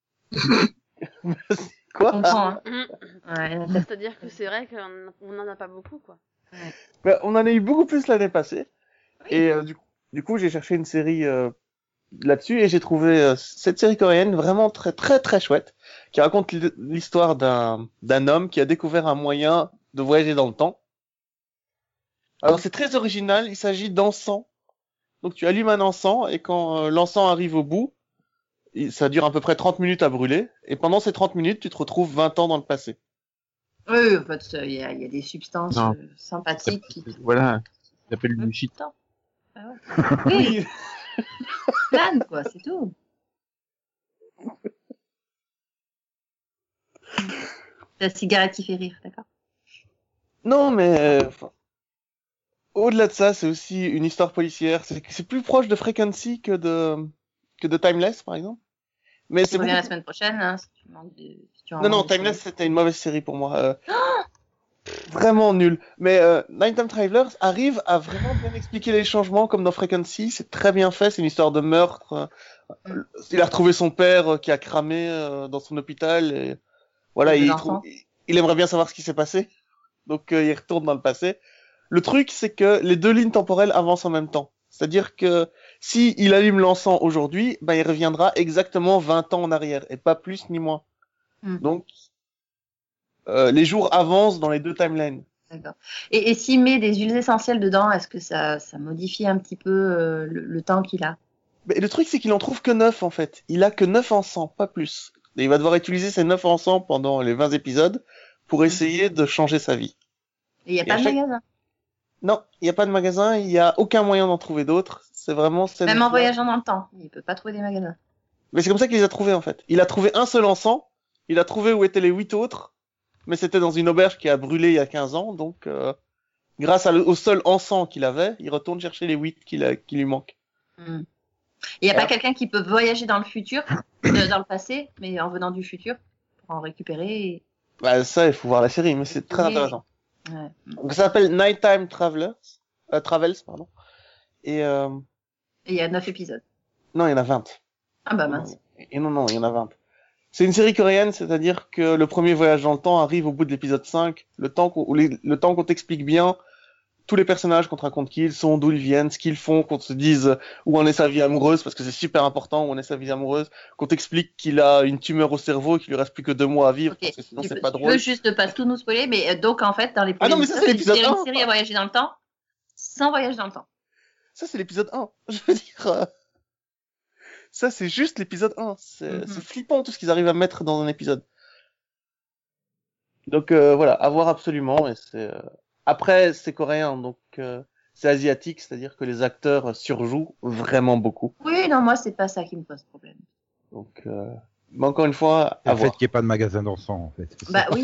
Je Quoi? comprends, hein. Mhm. Ouais, C'est-à-dire que c'est vrai qu'on on en a pas beaucoup, quoi. Ben, on en a eu beaucoup plus l'année passée. Et euh, du coup, du coup j'ai cherché une série euh, là-dessus et j'ai trouvé euh, cette série coréenne vraiment très très très chouette qui raconte l- l'histoire d'un d'un homme qui a découvert un moyen de voyager dans le temps. Alors c'est très original, il s'agit d'encens. Donc tu allumes un encens et quand euh, l'encens arrive au bout, il- ça dure à peu près trente minutes à brûler et pendant ces trente minutes, tu te retrouves vingt ans dans le passé. oui, en fait, il y a, il y a des substances Non. euh, sympathiques qui. Voilà. Ça s'appelle du shit. Attends. Ah ouais. Oui, plane, quoi, c'est tout. C'est la cigarette qui fait rire, d'accord. Non, mais euh, enfin, au-delà de ça, c'est aussi une histoire policière. C'est c'est plus proche de Frequency que de que de Timeless, par exemple. Mais Tu c'est reviens beaucoup la semaine prochaine, hein, si tu manques de. Si tu en Non, non, manques de Timeless, séries. c'était une mauvaise série pour moi. Euh, vraiment nul. Mais euh, Nine Time Travelers arrive à vraiment bien expliquer les changements, comme dans Frequency. C'est très bien fait. C'est une histoire de meurtre. Euh, Il a retrouvé son père euh, qui a cramé euh, dans son hôpital. Et voilà, Et de il, l'enfant. trouve- il aimerait bien savoir ce qui s'est passé. Donc euh, il retourne dans le passé. Le truc, c'est que les deux lignes temporelles avancent en même temps. C'est-à-dire que si il allume l'encens aujourd'hui, ben il reviendra exactement vingt ans en arrière, et pas plus ni moins. Hmm. Donc, euh, les jours avancent dans les deux timelines. D'accord. Et, et s'il met des huiles essentielles dedans, est-ce que ça, ça modifie un petit peu euh, le, le temps qu'il a? Mais le truc, c'est qu'il en trouve que neuf, en fait. Il a que neuf encens, pas plus. Et il va devoir utiliser ces neuf encens pendant les vingt épisodes pour essayer de changer sa vie. Et il n'y a Et pas à de chaque- magasin? Non, il n'y a pas de magasin, il n'y a aucun moyen d'en trouver d'autres. C'est vraiment... scène Même en pure. voyageant dans le temps, il peut pas trouver des magasins. Mais c'est comme ça qu'il les a trouvés, en fait. Il a trouvé un seul encens, il a trouvé où étaient les huit autres, mais c'était dans une auberge qui a brûlé il y a quinze ans, donc euh, grâce à le- au seul encens qu'il avait, il retourne chercher les huit qu'il a- qui lui manquent. Hmm. Il n'y a Alors- pas quelqu'un qui peut voyager dans le futur, euh, dans le passé, mais en venant du futur, pour en récupérer. Et... Bah ça, il faut voir la série, mais c'est très Oui. intéressant. Ouais. Donc ça s'appelle Nighttime Travelers, euh, Travels, pardon. Et euh, Et il y a neuf épisodes. non, il y en a vingt. Ah bah mince. Et non, non, il y en a vingt. C'est une série coréenne, c'est-à-dire que le premier voyage dans le temps arrive au bout de l'épisode cinq, le temps qu'on, où les- le temps qu'on t'explique bien tous les personnages, qu'on te raconte qui ils sont, d'où ils viennent, ce qu'ils font, qu'on te dise où en est sa vie amoureuse, parce que c'est super important où en est sa vie amoureuse, qu'on t'explique qu'il a une tumeur au cerveau et qu'il lui reste plus que deux mois à vivre, Ok. parce que sinon Tu c'est peux, pas tu drôle. peux juste ne pas tout nous spoiler, mais euh, donc en fait, dans les Ah non, premiers mais ça, épisodes, c'est l'épisode une série- un. une série à voyager dans le temps, sans voyage dans le temps. Ça, c'est l'épisode un. Je veux dire, euh, ça, c'est juste l'épisode un. C'est Mhm. c'est flippant tout ce qu'ils arrivent à mettre dans un épisode. Donc euh, voilà, à voir absolument. Et c'est euh, après, c'est coréen, donc euh, c'est asiatique, c'est-à-dire que les acteurs surjouent vraiment beaucoup. Oui, non, moi, c'est pas ça qui me pose problème. Donc, euh... mais encore une fois, C'est à le fait voir. qu'il n'y ait pas de magasin d'encens, en fait. c'est Bah ça. oui.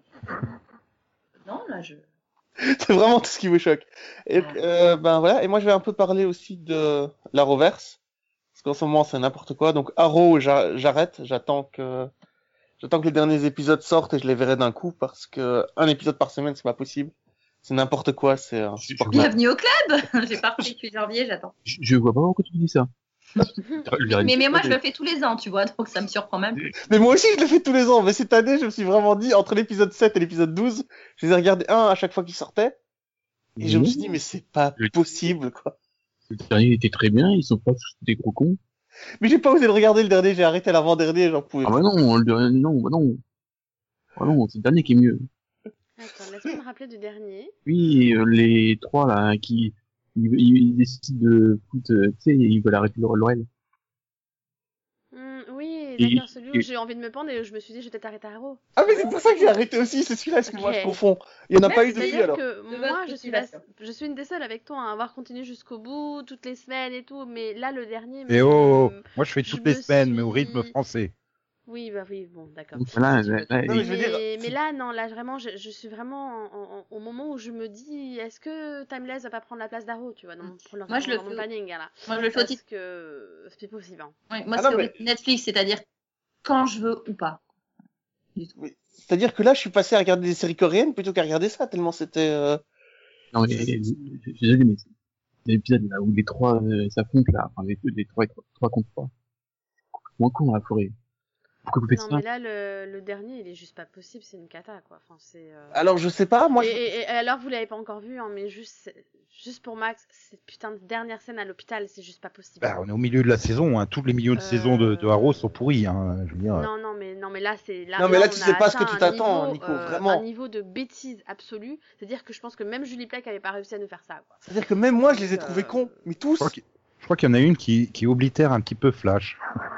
Non, là, je... C'est vraiment tout ce qui me choque. Et euh, ben voilà. Et moi, je vais un peu parler aussi de la reverse, parce qu'en ce moment, c'est n'importe quoi. Donc Arrow, j'a- j'arrête. J'attends que j'attends que les derniers épisodes sortent et je les verrai d'un coup, parce que un épisode par semaine, c'est pas possible. C'est n'importe quoi. C'est insupportable. Bienvenue au club. J'ai pas repris depuis janvier, j'attends. Je, je vois pas pourquoi tu dis ça. Mais, mais moi, je le fais tous les ans, tu vois, donc ça me surprend même. Mais moi aussi, je le fais tous les ans. Mais cette année, je me suis vraiment dit, entre l'épisode sept et l'épisode douze, je les ai regardés un à chaque fois qu'ils sortaient. Et je me suis dit, mais c'est pas Oui. possible, quoi. Le dernier était très bien, ils sont pas tous des gros cons. Mais j'ai pas osé le regarder le dernier, j'ai arrêté l'avant-dernier, j'en pouvais Ah pas. bah non, le dernier, non, bah non. Ah non, c'est le dernier qui est mieux. Attends, laisse-moi me rappeler du dernier. Oui, euh, les trois là, qui ils, ils, ils décident de foutre, euh, tu sais, ils veulent arrêter le Laurel. Hmm, oui, Et- d'accord, celui où et- j'ai envie de me pendre et je me suis dit, je vais peut-être arrêter Arrow. Ah, mais c'est pour ça que j'ai arrêté aussi, c'est celui-là, excuse-moi, Ok. je confonds. Il y en a Mais pas eu depuis, C'est-à-dire alors. que De moi, votre je suis, la... motivation. je suis une des seules avec toi à avoir continué jusqu'au bout, toutes les semaines et tout, mais là, le dernier... Et me- oh, oh, moi je fais je toutes les me semaines, suis- mais au rythme français. Oui, bah oui, bon, d'accord. Donc voilà, Si tu là, veux. là, Non, mais et- je veux dire, Mais, mais c'est- là, non, là, vraiment, je, je suis vraiment en- en- au moment où je me dis, est-ce que Timeless va pas prendre la place d'Arrow, tu vois, dans mon, pour le- Moi, je le dans mon fais- planning, là. Moi, je le fais au Parce titre. que c'est possible. hein. Oui, moi, Ah c'est non, au mais- rythme Netflix, c'est-à-dire quand je veux ou pas. Oui. C'est-à-dire que là, je suis passé à regarder des séries coréennes plutôt qu'à regarder ça, tellement c'était... Euh... non, mais, je suis désolé, mais c'est l'épisode là où les trois euh, s'affrontent là, enfin les, les trois, trois contre trois. Moins con dans la forêt. Pourquoi vous faites Non, ça? mais là, le, le dernier, il est juste pas possible, c'est une cata, quoi. Enfin, c'est... euh, Alors, je sais pas, moi... et, je- et- et alors, vous l'avez pas encore vu, hein, mais juste, juste pour Max, cette putain de dernière scène à l'hôpital, c'est juste pas possible. Bah, on est au milieu de la saison, hein. Tous les milieux de Euh, saison de, de Arrow sont pourris, hein. Je veux dire. Non, non, mais, non, mais là, c'est. Là, Non, mais là, on tu a sais pas ce que atteint tu un t'attends, niveau, Nico, euh, vraiment. Un niveau de bêtise absolue. C'est-à-dire que je pense que même Julie Plec avait pas réussi à nous faire ça, quoi. C'est-à-dire que même moi, je les ai Donc, trouvés euh, cons, mais Je tous. crois qu'il je crois qu'il y en a une qui, qui oblitère un petit peu Flash.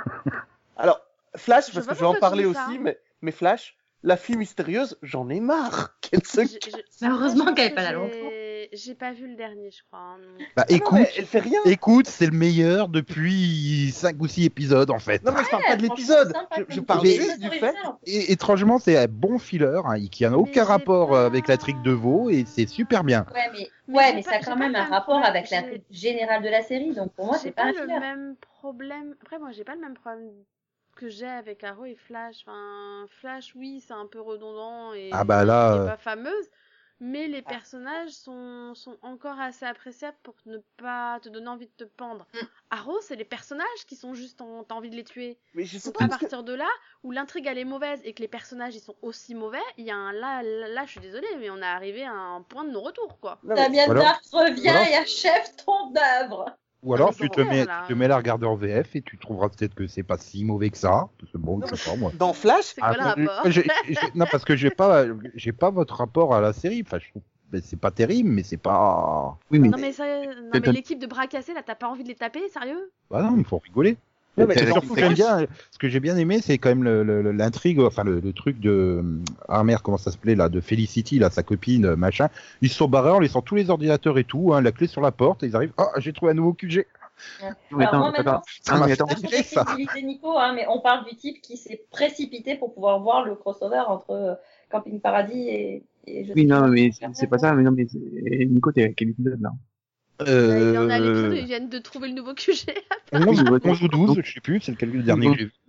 Alors, Flash, Je parce vois que je vais en pourquoi tu parler dis ça. aussi, mais, mais Flash, la fille mystérieuse, j'en ai marre. Qu'elle se... Je- je- Mais heureusement Après, je qu'elle est pense pas là que longtemps. j'ai- J'ai pas vu le dernier, je crois. hein, donc. Bah, Ah non, écoute, mais elle fait rien. écoute, c'est le meilleur depuis cinq ou six épisodes, en fait. Non, mais je parle pas de franchement, l'épisode. c'est sympa Je, comme je parle idée. juste du fait. Et étrangement, c'est un bon filler, hein, qui n'a Mais aucun j'ai rapport pas- euh, avec la trique de veau, et c'est super bien. Ouais, mais, Mais ouais, j'ai mais pas- ça a j'ai quand pas même le un même rapport problème, avec la j'ai- trique générale de la série, donc pour moi, J'ai c'est pas pas un le filler. même problème. Après, moi, j'ai pas le même problème que j'ai avec Arrow et Flash. Enfin, Flash, oui, c'est un peu redondant et, Ah bah là, et euh, pas fameuse. Mais les personnages sont, sont encore assez appréciables pour ne pas te donner envie de te pendre. Mm. Arrow, c'est les personnages qui sont juste, en- t'as envie de les tuer. Mais je sais Donc pas. à parce que- partir de là, où l'intrigue elle est mauvaise et que les personnages ils sont aussi mauvais, il y a un là, là, là, je suis désolée, mais on est arrivé à un point de non-retour, quoi. Non, mais- Damien Voilà. Dark revient Voilà. et achève ton œuvre. Ou alors mais tu c'est te clair, mets, là. tu te mets la regarder en V F et tu trouveras peut-être que c'est pas si mauvais que ça. Parce que bon, je sais pas moi. Dans Flash, C'est quoi le Ah, euh, rapport j'ai- j'ai- Non, parce que j'ai pas, j'ai pas votre rapport à la série. Enfin, je trouve, ben, c'est pas terrible, mais c'est pas. Oui, mais Non mais ça, non T'as- mais l'équipe de bras cassés là, t'as pas envie de les taper, sérieux? Bah non, il faut rigoler. Non, mais t'as- Et t'as- surtout, t'as- j'aime bien. Ce que j'ai bien aimé, c'est quand même le- le- le- l'intrigue, enfin le, le truc de ah merde, comment ça s'appelait là, de Felicity là, sa copine, euh, machin. Ils se sont barrés en laissant tous les ordinateurs et tout, hein, la clé sur la porte. Et ils arrivent. Ah, j'ai trouvé un nouveau Q G. Non, Alors mais attends, moi attends, maintenant, Ça non, m'a mais fait attends. pas pour kiffer, ça. décrédibiliser Nico, hein, mais on parle du type qui s'est précipité pour pouvoir voir le crossover entre euh, Camping Paradis et, et je Oui, sais non, pas, mais c'est Internet, c'est pas là. ça, mais non, mais c'est- Nico, t'es à quel épisode là? Là, il en a à l'épisode où Euh... ils viennent de trouver le nouveau Q G. onze, Oui, ouais, onze ou douze, donc- je sais plus. C'est lequel le dernier que j'ai vu.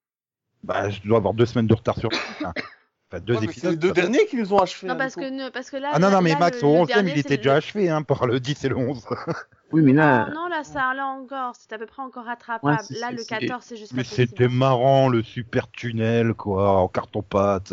Bah, je dois avoir deux semaines de retard sur. Enfin, enfin, deux Ouais, mais c'est épisodes. les deux quoi. derniers qui nous ont achevé. Non hein, parce Nico. que ne- parce que là. Ah non, là- non, mais là, Max, le- au le onzième, dernier, il c'est était le- déjà achevé, hein, par le dix et le onze. Oui, mais Non, là, non, là, ça allait encore. C'est à peu près encore rattrapable. Ouais, c'est- là, c'est- le c'est- quatorze, c'est juste Mais pas possible. c'était marrant, le super tunnel, quoi, en carton-pâte.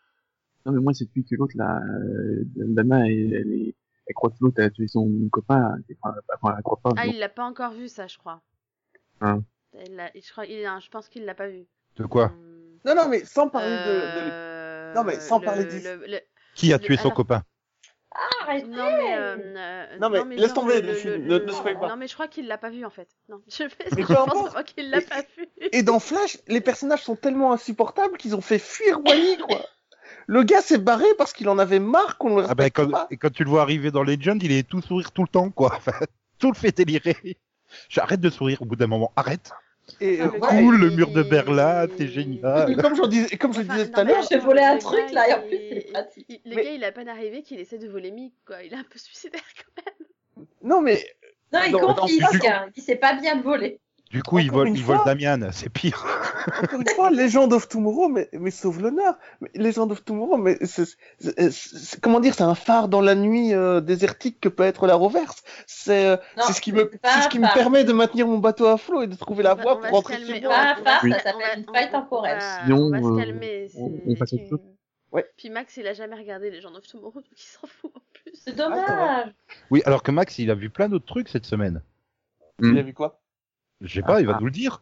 non, mais moi, c'est depuis que l'autre là, euh, Dana, elle, elle, est- elle croit que l'autre a tué son copain, enfin, enfin, elle croit pas. Ah, donc- il l'a pas encore vu, ça, je crois. Hein. Il l'a- je, crois, il, je pense qu'il l'a pas vu. De quoi Hum, Non, non, mais sans parler de- de. euh, Non, mais sans le- parler du- le- le- Qui a le- tué son alors- copain Arrête. Non mais, euh, euh, Non, mais laisse genre, tomber, le- Delphine, le- ne- le- ne spoil pas. Non mais je crois qu'il l'a pas vu en fait. Non, je, Mais je peu pense importe. vraiment qu'il l'a Et- pas vu. Et dans Flash, les personnages sont tellement insupportables qu'ils ont fait fuir Wally, quoi. Le gars s'est barré parce qu'il en avait marre qu'on le Ah ben, respecte quand, pas. et quand tu le vois arriver dans Legend, il est tout sourire tout le temps, quoi. Enfin, tout le fait délirer. J'arrête de sourire au bout d'un moment. Arrête. Et, euh, Ah, mais voilà, Cool, il- le mur de il- Berlin, c'est et génial. comme je disais, comme je Enfin, disais non, tout à mais l'heure, J'ai volé un le truc, gars, là, et en il- plus, c'est il- pratique. il- Le Mais- gars, il a à peine arrivé qu'il essaie de voler Mick, quoi. Il est un peu suicidaire quand même. non mais Non, il Non, confie, non, du- hein, il sait pas bien de voler. Du coup, il Encore vole, une il fois vole Damian, c'est pire. encore une fois, Legend of Tomorrow, mais, mais sauve l'honneur. Mais Legend of Tomorrow, mais c'est, c'est- c'est- comment dire, c'est un phare dans la nuit euh, désertique que peut être la Roverse. C'est, euh, Non, c'est ce qui me, c'est pas c'est ce un qui me phare. permet de maintenir mon bateau à flot et de trouver la On va- voie on va pour se rentrer calmer. chez Pas moi. un phare, Oui. ça On s'appelle va- une on- faille on temporelle. va- Sinon, on va se euh, calmer. on- c'est- on passe à puis- autre chose. Ouais. Puis Max, il a jamais regardé les gens of Tomorrow, donc il s'en fout en plus. C'est Ah, dommage. Oui, alors que Max, il a vu plein d'autres trucs cette semaine. Hmm. Il a vu quoi? Je sais pas, il va Ah. nous le dire.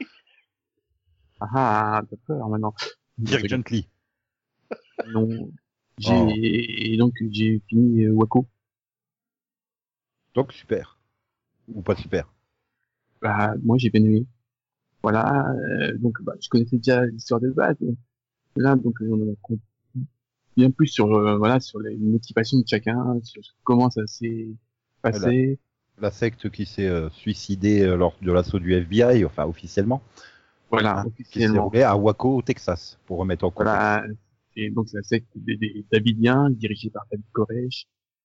Ah, ah, t'as peur maintenant. Dirk Gently. Non. J'ai, et donc, j'ai fini euh, Waco. Donc, super. Ou pas super. Bah, moi, j'ai bien aimé. Voilà, euh, donc, bah, je connaissais déjà l'histoire de base. Là, donc, on en a compris bien plus sur, euh, voilà, sur les motivations de chacun, sur comment ça s'est passé. La secte qui s'est euh, suicidée euh, lors de l'assaut du F B I, enfin officiellement, Voilà, hein, qui s'est officiellement. déroulé à Waco, au Texas, pour remettre en contexte. Voilà, et donc, c'est la secte des, des Davidiens, dirigée par David Koresh.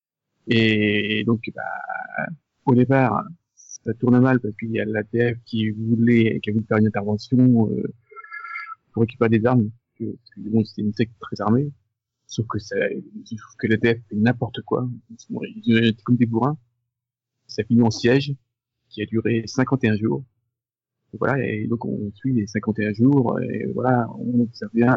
Et donc, bah, au départ, ça tourne mal parce qu'il y a l'A T F qui voulait, qui a voulu faire une intervention euh, pour récupérer des armes, parce que, parce que bon, c'était une secte très armée. Sauf que ça, sauf que l'A T F fait n'importe quoi. Ils étaient comme des bourrins. Ça finit en siège, qui a duré cinquante et un jours. Et voilà, et donc on suit les cinquante et un jours, et voilà, on observe bien.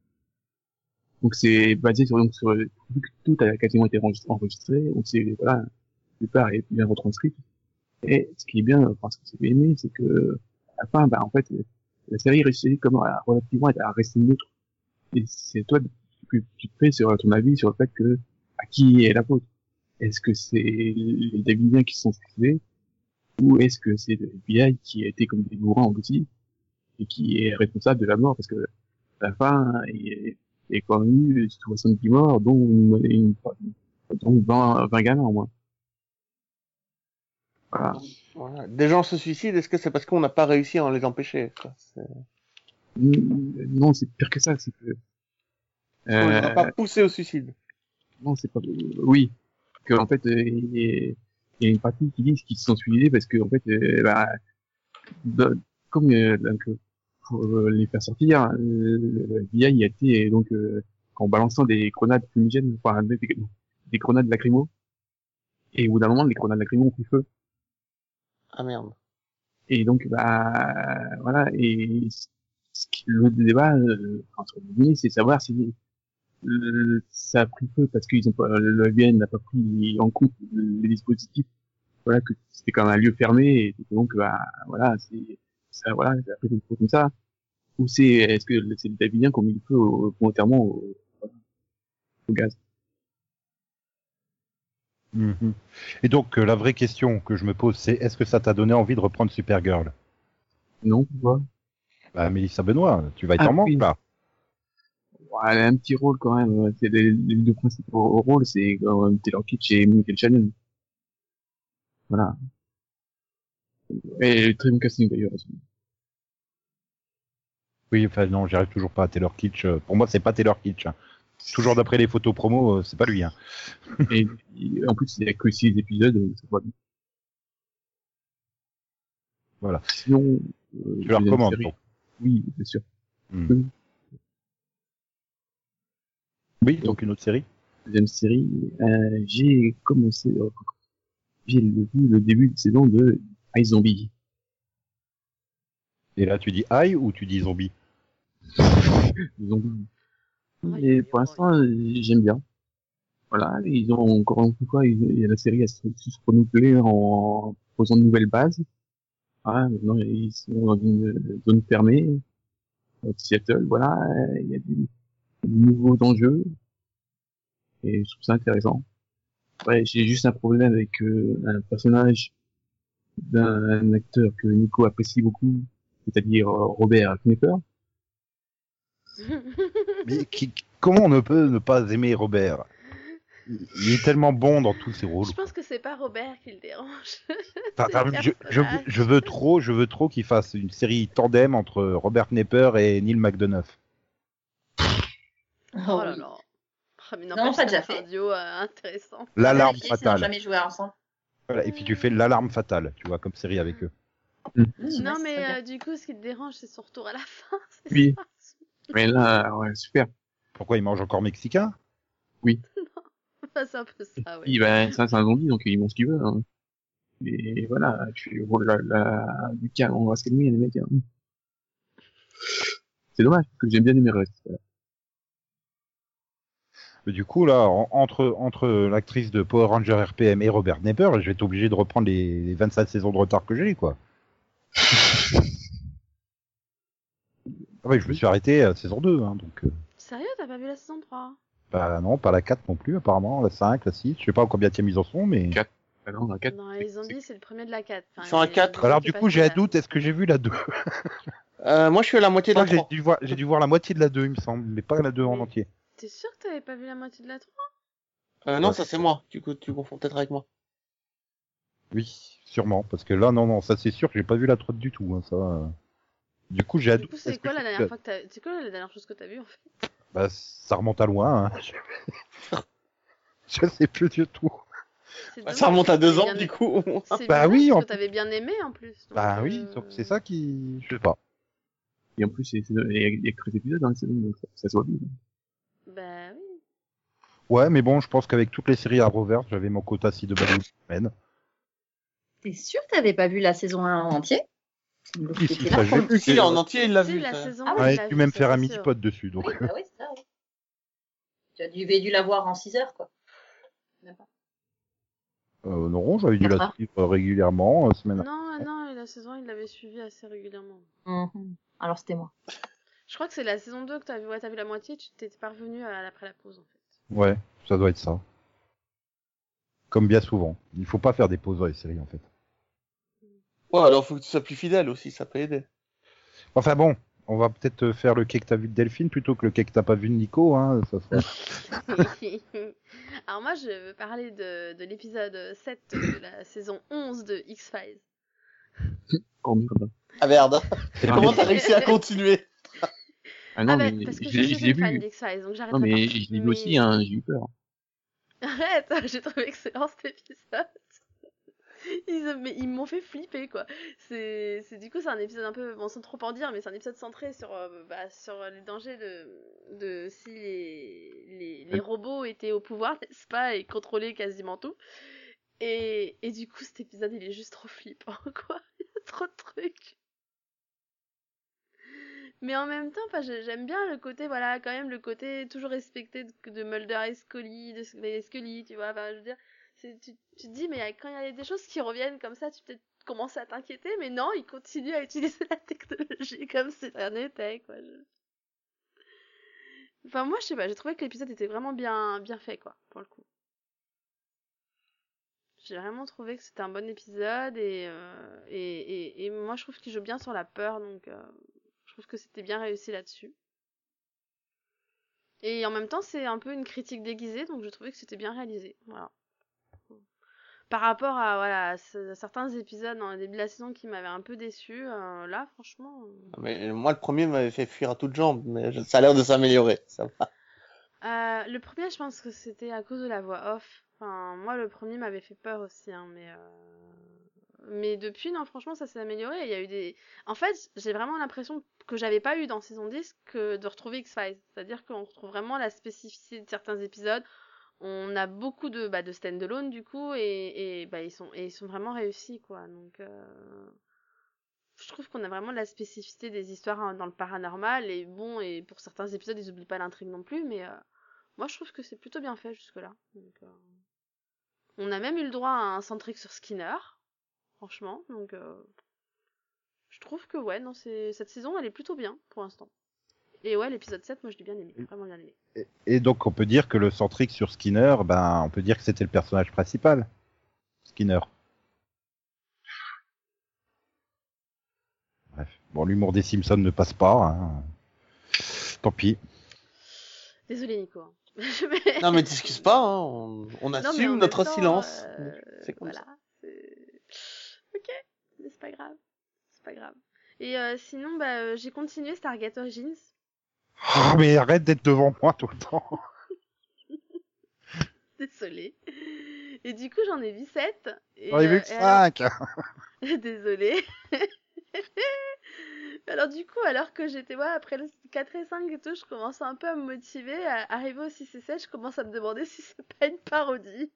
Donc c'est basé sur, donc sur, vu que tout a quasiment été enregistré, enregistré, donc c'est, voilà, la plupart est bien retranscrite. Et ce qui est bien, enfin, ce que j'ai aimé, c'est que, à la fin, bah, en fait, la série réussit comme à, relativement à rester neutre. Et c'est toi que tu te fais sur ton avis sur le fait que, à qui est la faute? Est-ce que c'est les Davidiens qui sont suicidés? Ou est-ce que c'est le F B I qui a été comme des bourrins engloutis et qui est responsable de la mort? Parce que, à la fin, il y a quand même eu soixante-dix morts, dont une, une, dont vingt, vingt gamins au moins. Voilà. Voilà. Des gens se suicident, est-ce que c'est parce qu'on n'a pas réussi à en les empêcher, quoi? C'est... Non, c'est pire que ça, c'est que, On les a euh, pas poussés au suicide. non, c'est pas, oui. Que, en fait, euh, il y a- il y a une partie qui disent qu'ils se sont suicidés parce que, en fait, euh, bah, de- comme, euh, donc, pour euh, les faire sortir, euh, le F B I a été, donc, euh, en balançant des grenades fumigènes, enfin, des, des grenades lacrymo. Et au bout d'un moment, les grenades lacrymo ont pris feu. Ah merde. Et donc, bah, voilà, et ce qui- le débat, euh, entre guillemets, c'est savoir si euh, ça a pris feu parce qu'ils ont pas, le F B I n'a pas pris en compte les dispositifs voilà, que c'était comme un lieu fermé, et donc, bah, voilà, c'est, ça, voilà, c'est après des trucs comme ça. Ou c'est, est-ce que c'est les Davidiens qui ont mis le feu au, volontairement au, au gaz? Mhm. Et donc, euh, la vraie question que je me pose, c'est est-ce que ça t'a donné envie de reprendre Supergirl? Non, pourquoi? Bah, Mélissa Benoît, tu vas être Ah, en manque, oui. là. Ouais, elle a un petit rôle quand même. Ouais. C'est les, les deux principaux rôles, c'est quand même Taylor Kitsch et Michael Shannon. Voilà. Et très bon casting d'ailleurs. Oui, enfin, non, j'y arrive toujours pas à Taylor Kitsch. Euh, Pour moi, c'est pas Taylor Kitsch. Hein. Toujours d'après les photos promo, euh, c'est pas lui. Hein. Et, et en plus, il y a que six épisodes, donc ça va bien. Voilà. Sinon, euh, Tu la deuxième recommandes, série. donc. Oui, bien sûr. Hmm. Oui. Oui, donc une autre série. Deuxième série, euh, j'ai commencé, euh, j'ai vu le début de saison de iZombie. Et là, tu dis aïe ou tu dis zombie? Zombie. Aïe, Et aïe, pour aïe. l'instant, euh, j'aime bien. Voilà, ils ont encore une fois, ils- il y a la série, elle se se renouveler en posant de nouvelles bases. Voilà, maintenant, ils sont dans une zone fermée, à Seattle, voilà, euh, il y a des, des nouveaux enjeux, et je trouve ça intéressant. Ouais, j'ai juste un problème avec euh, un personnage d'un acteur que Nico apprécie beaucoup, c'est-à-dire euh, Robert Knepper. Mais qui- comment on ne peut ne pas aimer Robert? Il il est tellement bon dans tous ses rôles. Je pense que c'est pas Robert qui le dérange. Enfin, C'est le enfin, je, je, personnage. je veux trop, je veux trop qu'il fasse une série tandem entre Robert Knepper et Neil McDonough. Oh, Oh là oui. là. Ah, mais Non, n'empêche, pas ça déjà fait un fait. duo euh, intéressant. L'alarme Vérifier s'ils n'ont fatale. jamais joué ensemble. Voilà, et puis tu fais l'alarme fatale, tu vois, comme série avec eux. Mmh, Non, ouais, mais c'est euh, du coup, ce qui te dérange, c'est son retour à la fin. C'est Oui. ça. Mais là, ouais, super. Pourquoi il mange encore mexicain? Enfin, c'est un peu ça, ouais. Il va, ça, c'est un zombie, donc ils font ce qu'ils veulent. Hein. Et voilà, tu vois la, la, du calme, on va se calmer, les mecs. Hein. C'est dommage, parce que j'aime bien aimer le reste. Mais du coup, là, en- entre, entre l'actrice de Power Ranger R P M et Robert Knepper, je vais être obligé de reprendre les, les vingt-sept saisons de retard que j'ai, quoi. Ah oui, je me suis arrêté à saison deux, hein, donc... euh, Sérieux, t'as pas vu la saison trois? bah non, pas la quatre non plus, apparemment, la cinq, la six, je sais pas combien de ils en sont, mais... Quatre. Ah non, la quatre. Non, les zombies, c'est le premier de la quatre. Enfin, Ils sont à il y a quatre. le Alors deuxième du qui est coup, passé, j'ai un là. doute, est-ce que j'ai vu la deux? Euh, moi, je suis à la moitié Je de crois la que j'ai trois. dû, voir, j'ai dû voir la moitié de la deux, il me semble, mais pas la deux en Mais- entier. T'es sûr que t'avais pas vu la moitié de la trois? Euh, non, Ouais. ça c'est moi. Tu, tu confonds peut-être avec moi. Oui, sûrement, parce que là, non, non, ça c'est sûr que j'ai pas vu la trois du tout, hein, ça... euh. Du coup, j'ai un Du doute. coup, est-ce c'est que quoi j'ai la vu dernière fois que t'as... C'est quoi la dernière chose que t'as vu, en fait? Bah, ça remonte à loin, hein. Je sais plus du tout. C'est Bah, dommage, ça remonte à parce que deux t'avais ans, bien- du coup. C'est Bah bizarre, oui, parce en que t'avais bien aimé, en plus. donc, Bah oui, euh, donc c'est ça qui... Je sais pas. Et en plus, c'est- c'est- il y a, il y a que treize épisodes dans la saison, donc ça, ça se voit bien. Bah oui. Ouais, mais bon, je pense qu'avec toutes les séries à Rovert, j'avais mon quota si de Balou semaine. T'es sûr que t'avais pas vu la saison un en entier? Si, si, T'étais ça, là j'ai pour- vu. Si, en entier, il l'a Si, vu. la ça. saison Ah un, oui, Ouais, il l'a tu vu, même ça, faire un c'est midi sûr. pod dessus, donc. Oui, bah oui, c'est ça, oui. Tu as dû, dû la voir en six heures, quoi. D'accord. Euh, non, j'avais dû Quatre la heures. suivre régulièrement, euh, semaine. Non, non, la saison un, il l'avait suivi assez régulièrement. Mhm. Alors c'était moi. Je crois que c'est la saison deux que t'as vu, ouais, t'as vu la moitié, tu t'es pas revenu à- après la pause, en fait. Ouais, ça doit être ça. Comme bien souvent. Il faut pas faire des pauses dans les séries, en fait. Ouais, alors faut que tu sois plus fidèle aussi, ça peut aider. Enfin bon, on va peut-être faire le quai que t'as vu de Delphine plutôt que le quai que t'as pas vu de Nico, hein. Ça sera... Alors moi, je veux parler de, de l'épisode sept de la saison onze de X-Files. Encore mieux comme ça. Ah merde. C'est le Comment même- t'as réussi à continuer? Ah non, Ah bah, mais parce que je je, l'ai je je suis l'ai une fan vu. d'X-Files, donc j'arrête Non, pas. mais je l'ai vu aussi, hein, j'ai eu peur. Arrête, j'ai trouvé excellent cet épisode. Ils, mais ils m'ont fait flipper, quoi. C'est, c'est du coup, c'est un épisode un peu, bon, sans trop en dire, mais c'est un épisode centré sur, euh, bah, sur les dangers de, de si les, les, les robots étaient au pouvoir, n'est-ce pas, et contrôlaient quasiment tout. Et, et du coup, cet épisode, il est juste trop flippant, quoi. Il y a trop de trucs. Mais en même temps, enfin, j'ai- j'aime bien le côté, voilà, quand même, le côté toujours respecté de, de Mulder et Scully, de, et Scully, tu vois, enfin, je veux dire, c'est, tu, tu te dis, mais quand il y a des choses qui reviennent comme ça, tu peut-être commences à t'inquiéter, mais non, il continue à utiliser la technologie comme si rien n'était, quoi. Je... Enfin, moi, je sais pas, j'ai trouvé que l'épisode était vraiment bien, bien fait, quoi, pour le coup. J'ai vraiment trouvé que c'était un bon épisode et, euh, et, et, et moi, je trouve qu'il joue bien sur la peur, donc euh, je trouve que c'était bien réussi là-dessus. Et en même temps, c'est un peu une critique déguisée, donc je trouvais que c'était bien réalisé, voilà. Par rapport à, voilà, à ce- à certains épisodes dans le début de la saison qui m'avaient un peu déçu, euh, là, franchement... euh, Mais moi, le premier m'avait fait fuir à toutes jambes, mais je- ça a l'air de s'améliorer, ça va. Euh, le premier, je pense que c'était à cause de la voix off. Enfin, moi, le premier m'avait fait peur aussi, hein, mais... Euh... Mais depuis, non, franchement, ça s'est amélioré. Il y a eu des... En fait, j'ai vraiment l'impression que j'avais pas eu dans saison dix que de retrouver X-Files. C'est-à-dire qu'on retrouve vraiment la spécificité de certains épisodes. On a beaucoup de, bah, de stand-alone, du coup, et, et, bah, ils sont, et ils sont vraiment réussis, quoi. Donc, euh... je trouve qu'on a vraiment la spécificité des histoires hein, dans le paranormal. Et bon, et pour certains épisodes, ils oublient pas l'intrigue non plus, mais... Euh... Moi, je trouve que c'est plutôt bien fait jusque-là. Donc, euh... on a même eu le droit à un centrique sur Skinner, franchement. Donc, euh... je trouve que ouais, non, c'est cette saison, elle est plutôt bien pour l'instant. Et ouais, l'épisode sept, moi, je l'ai bien aimé, vraiment bien aimé. Et, et donc, on peut dire que le centrique sur Skinner, ben, on peut dire que c'était le personnage principal. Skinner. Bref. Bon, l'humour des Simpsons ne passe pas. Hein. Tant pis. Désolé, Nico. Non, mais t'excuses pas, hein. on, on Non, mais en assume même notre temps, silence. euh, C'est comme voilà, ça. c'est... Ok, mais c'est pas grave. C'est pas grave. Et euh, sinon, bah, euh, j'ai continué Stargate Origins. Oh, mais arrête d'être devant moi tout le temps. Désolée. Et du coup, j'en ai vu sept. Et, J'en ai vu euh, que et alors- cinq. Désolée. Alors du coup, alors que j'étais ouais, après le quatre et cinq et tout, je commence un peu à me motiver. À arriver au six et sept, je commence à me demander si c'est pas une parodie.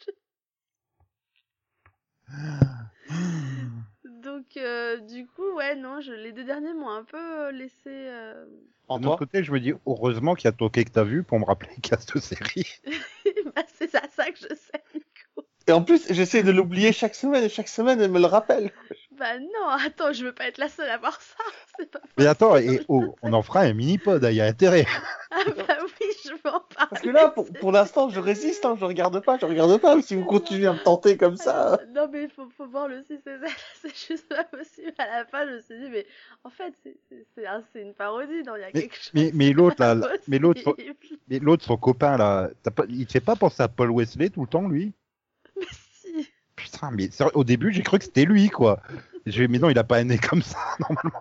Donc euh, du coup, ouais, non, je, les deux derniers m'ont un peu laissé... Euh... En D'un autre toi côté, je me dis, heureusement qu'il y a Tokyo que t'as vu pour me rappeler qu'il y a cette série. bah, c'est ça, ça que je sais, Nico. Et en plus, j'essaie de l'oublier chaque semaine, et chaque semaine, elle me le rappelle. Bah non, attends, je veux pas être la seule à voir ça. C'est pas Mais attends, possible. et oh, on en fera un mini-pod, il y a intérêt. Ah bah oui, je veux en parler. Parce que là, pour, pour l'instant, je résiste, hein, je regarde pas, je regarde pas. Si vous continuez à me tenter comme ça. Alors, non mais il faut, faut voir le six et sept, c'est juste pas possible. À la fin, je me suis dit, mais en fait, c'est, c'est, c'est, un- c'est une parodie, non, il y a Mais, quelque chose. mais, mais l'autre, là, pas là, mais l'autre, son, possible. mais l'autre, son copain, là, t'as pas, il te fait pas penser à Paul Wesley tout le temps, lui? Mais si. Putain, mais sérieux, au début, j'ai cru que c'était lui, quoi. J'ai, mais non, il a pas un nez comme ça, normalement.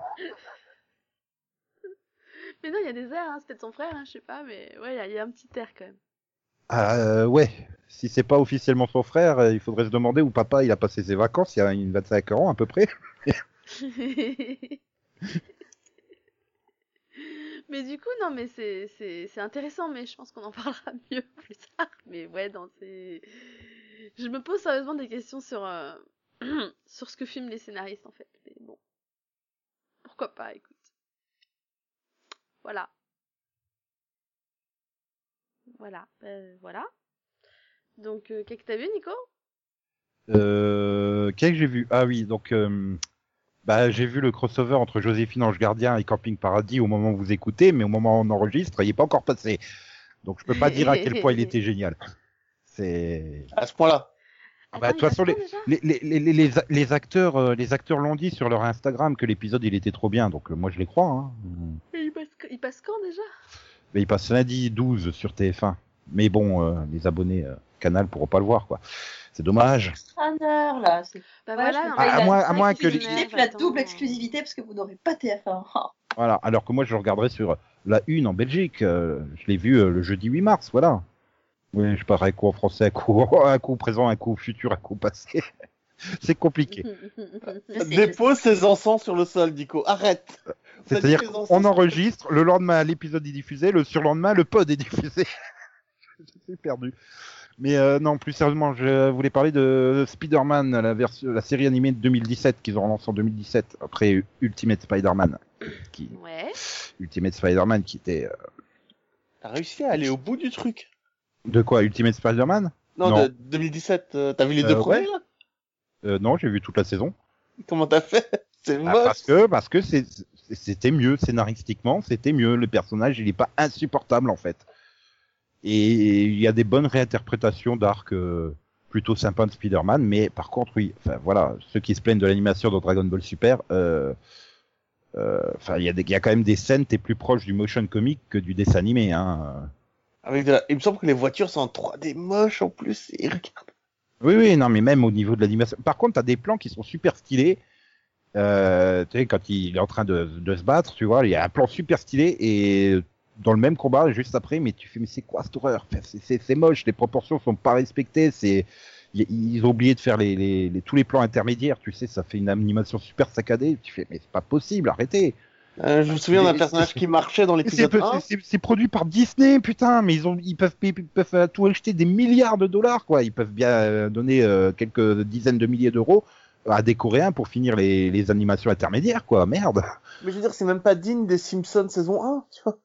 Mais non, il y a des airs, hein, c'est peut-être son frère, hein, je sais pas, mais ouais, il y a- il y, a un petit air quand même. Ah, euh, ouais. Si c'est pas officiellement son frère, euh, il faudrait se demander où papa, il a passé ses vacances, il y a une vingt-cinq ans, à peu près. Mais du coup, non, mais c'est, c'est, c'est intéressant, mais je pense qu'on en parlera mieux plus tard. Mais ouais, non, c'est... Je me pose sérieusement des questions sur, euh, sur ce que filment les scénaristes, en fait. Mais bon. Pourquoi pas, écoute. Voilà. Voilà. Euh, voilà. Donc, euh, qu'est-ce que t'as vu, Nico? Euh, qu'est-ce que j'ai vu? Ah oui, donc, euh, bah, j'ai vu le crossover entre Joséphine Ange Gardien et Camping Paradis au moment où vous écoutez, mais au moment où on enregistre, il est pas encore passé. Donc, je peux pas dire à quel point il était génial. C'est... À ce point-là. Ah bah, Attends, de toute il façon, passe les, quand, déjà les, les, les, les, les acteurs, euh, les acteurs l'ont dit sur leur Instagram que l'épisode il était trop bien, donc euh, moi je les crois. Hein. Et il passe, il passe quand, déjà? Mais il passe lundi douze sur T F un. Mais bon, euh, les abonnés euh, Canal pourront pas le voir, quoi. C'est dommage. Crâneur, là. C'est... Bah Ouais, voilà, je non, me Ah, paye à la moins- à moins que les- exclusivité, puis la double exclusivité parce que vous n'aurez pas T F un. Voilà. Alors que moi je le regarderai sur la une en Belgique. Euh, je l'ai vu euh, le jeudi huit mars, voilà. Oui, je parle un coup en français, un coup, un coup présent, un coup futur, un coup passé. C'est compliqué. Je sais, Dépose ses encens sur le sol, Dico. Arrête. C'est-à-dire T'as dit les encens qu'on sur- enregistre, le lendemain l'épisode est diffusé, le surlendemain le pod est diffusé. Je suis perdu. Mais euh, non, plus sérieusement, je voulais parler de Spider-Man, la, version, la série animée de deux mille dix-sept qu'ils ont relancée en deux mille dix-sept après Ultimate Spider-Man. Qui... Ouais. Ultimate Spider-Man qui était... euh, T'as réussi à aller au bout du truc. De quoi, Ultimate Spider-Man? Non, Non. de deux mille dix-sept. euh, T'as vu les Euh, deux premiers ouais. là? Euh, non, j'ai vu toute la saison. Comment t'as fait? C'est Ah, moche. parce que parce que c'est c'est- c'était mieux scénaristiquement, c'était mieux. Le personnage, il est pas insupportable en fait. Et il y a des bonnes réinterprétations d'arcs euh, plutôt sympas de Spider-Man, mais par contre, oui, enfin voilà, ceux qui se plaignent de l'animation dans Dragon Ball Super, euh, euh, enfin il y a des, il y a quand même des scènes, t'es plus proche du motion comic que du dessin animé, hein. Avec de la... Il me semble que les voitures sont en trois D moche en plus. Et regarde. Oui, oui, non, mais même au niveau de l'animation. Par contre, t'as des plans qui sont super stylés. Euh, tu sais, quand il est en train de, de se battre, tu vois, il y a un plan super stylé et dans le même combat, juste après, mais tu fais, mais c'est quoi cette horreur? Enfin, c'est, c'est, c'est moche, les proportions sont pas respectées, c'est, y- ils ont oublié de faire les, les, les- tous les plans intermédiaires, tu sais, ça fait une animation super saccadée. Tu fais, mais c'est pas possible, arrêtez. Euh, je me souviens d'un Mais- personnage qui marchait dans C'est, l'épisode un. c'est, c'est produit par Disney, putain, mais ils ont, ils peuvent, ils peuvent euh, tout acheter des milliards de dollars, quoi. Ils peuvent bien euh, donner euh, quelques dizaines de milliers d'euros à des Coréens pour finir les, les animations intermédiaires, quoi. Merde. Mais je veux dire, c'est même pas digne des Simpsons saison un, tu vois.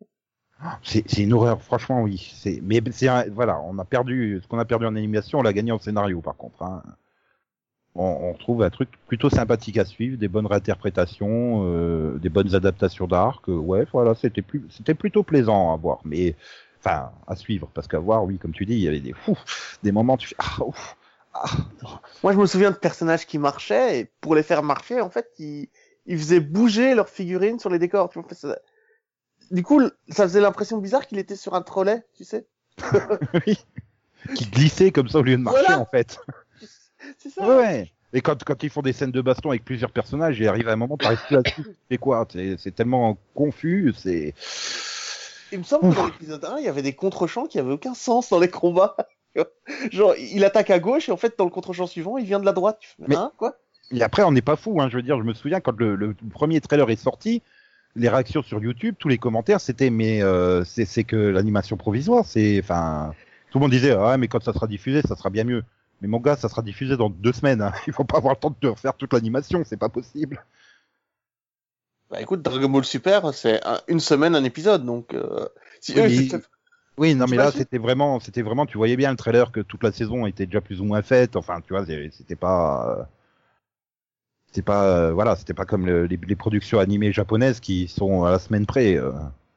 C'est, c'est une horreur, franchement, oui. C'est, mais c'est un- voilà, on a perdu ce qu'on a perdu en animation, on l'a gagné en scénario, par contre. Hein. On, on retrouve un truc plutôt sympathique à suivre, des bonnes réinterprétations, euh, des bonnes adaptations d'arc. euh, ouais, voilà, c'était plus, c'était plutôt plaisant à voir, mais enfin à suivre, parce qu'à voir, oui, comme tu dis, il y avait des fous, des moments, tu fais ah, ouf, ah. Moi, je me souviens de personnages qui marchaient, et pour les faire marcher, en fait, ils, ils faisaient bouger leurs figurines sur les décors, tu vois. Ça... Du coup, ça faisait l'impression bizarre qu'il était sur un trolley, tu sais. Oui, qui glissait comme ça au lieu de marcher, Voilà. en fait. C'est ça. Ouais, ouais. Et quand, quand ils font des scènes de baston avec plusieurs personnages, il arrive à un moment, t'arrives plus là-dessus. C'est quoi? C'est, c'est tellement confus, c'est... Il me semble que dans l'épisode un, il y avait des contre-champs qui avaient aucun sens dans les combats. Genre, il attaque à gauche et en fait, dans le contre-champ suivant, il vient de la droite. Tu fais, Mais- hein, quoi? Et après, on n'est pas fou, hein, je veux dire, je me souviens quand le, le premier trailer est sorti, les réactions sur YouTube, tous les commentaires, c'était mais euh, c'est, c'est que l'animation provisoire, c'est, enfin, tout le monde disait ah mais quand ça sera diffusé, ça sera bien mieux. Mais mon gars, ça sera diffusé dans deux semaines. Hein. Il faut pas avoir le temps de refaire toute l'animation, c'est pas possible. Bah écoute, Dragon Ball Super, c'est un- une semaine un épisode, donc euh, si Oui, eux, mais- c'était- Oui, non, mais là, J'imagine. c'était vraiment, c'était vraiment, tu voyais bien le trailer que toute la saison était déjà plus ou moins faite. Enfin, tu vois, c'est- c'était pas, euh, c'était pas, euh, voilà, c'était pas comme le- les, les productions animées japonaises qui sont à la semaine près. euh.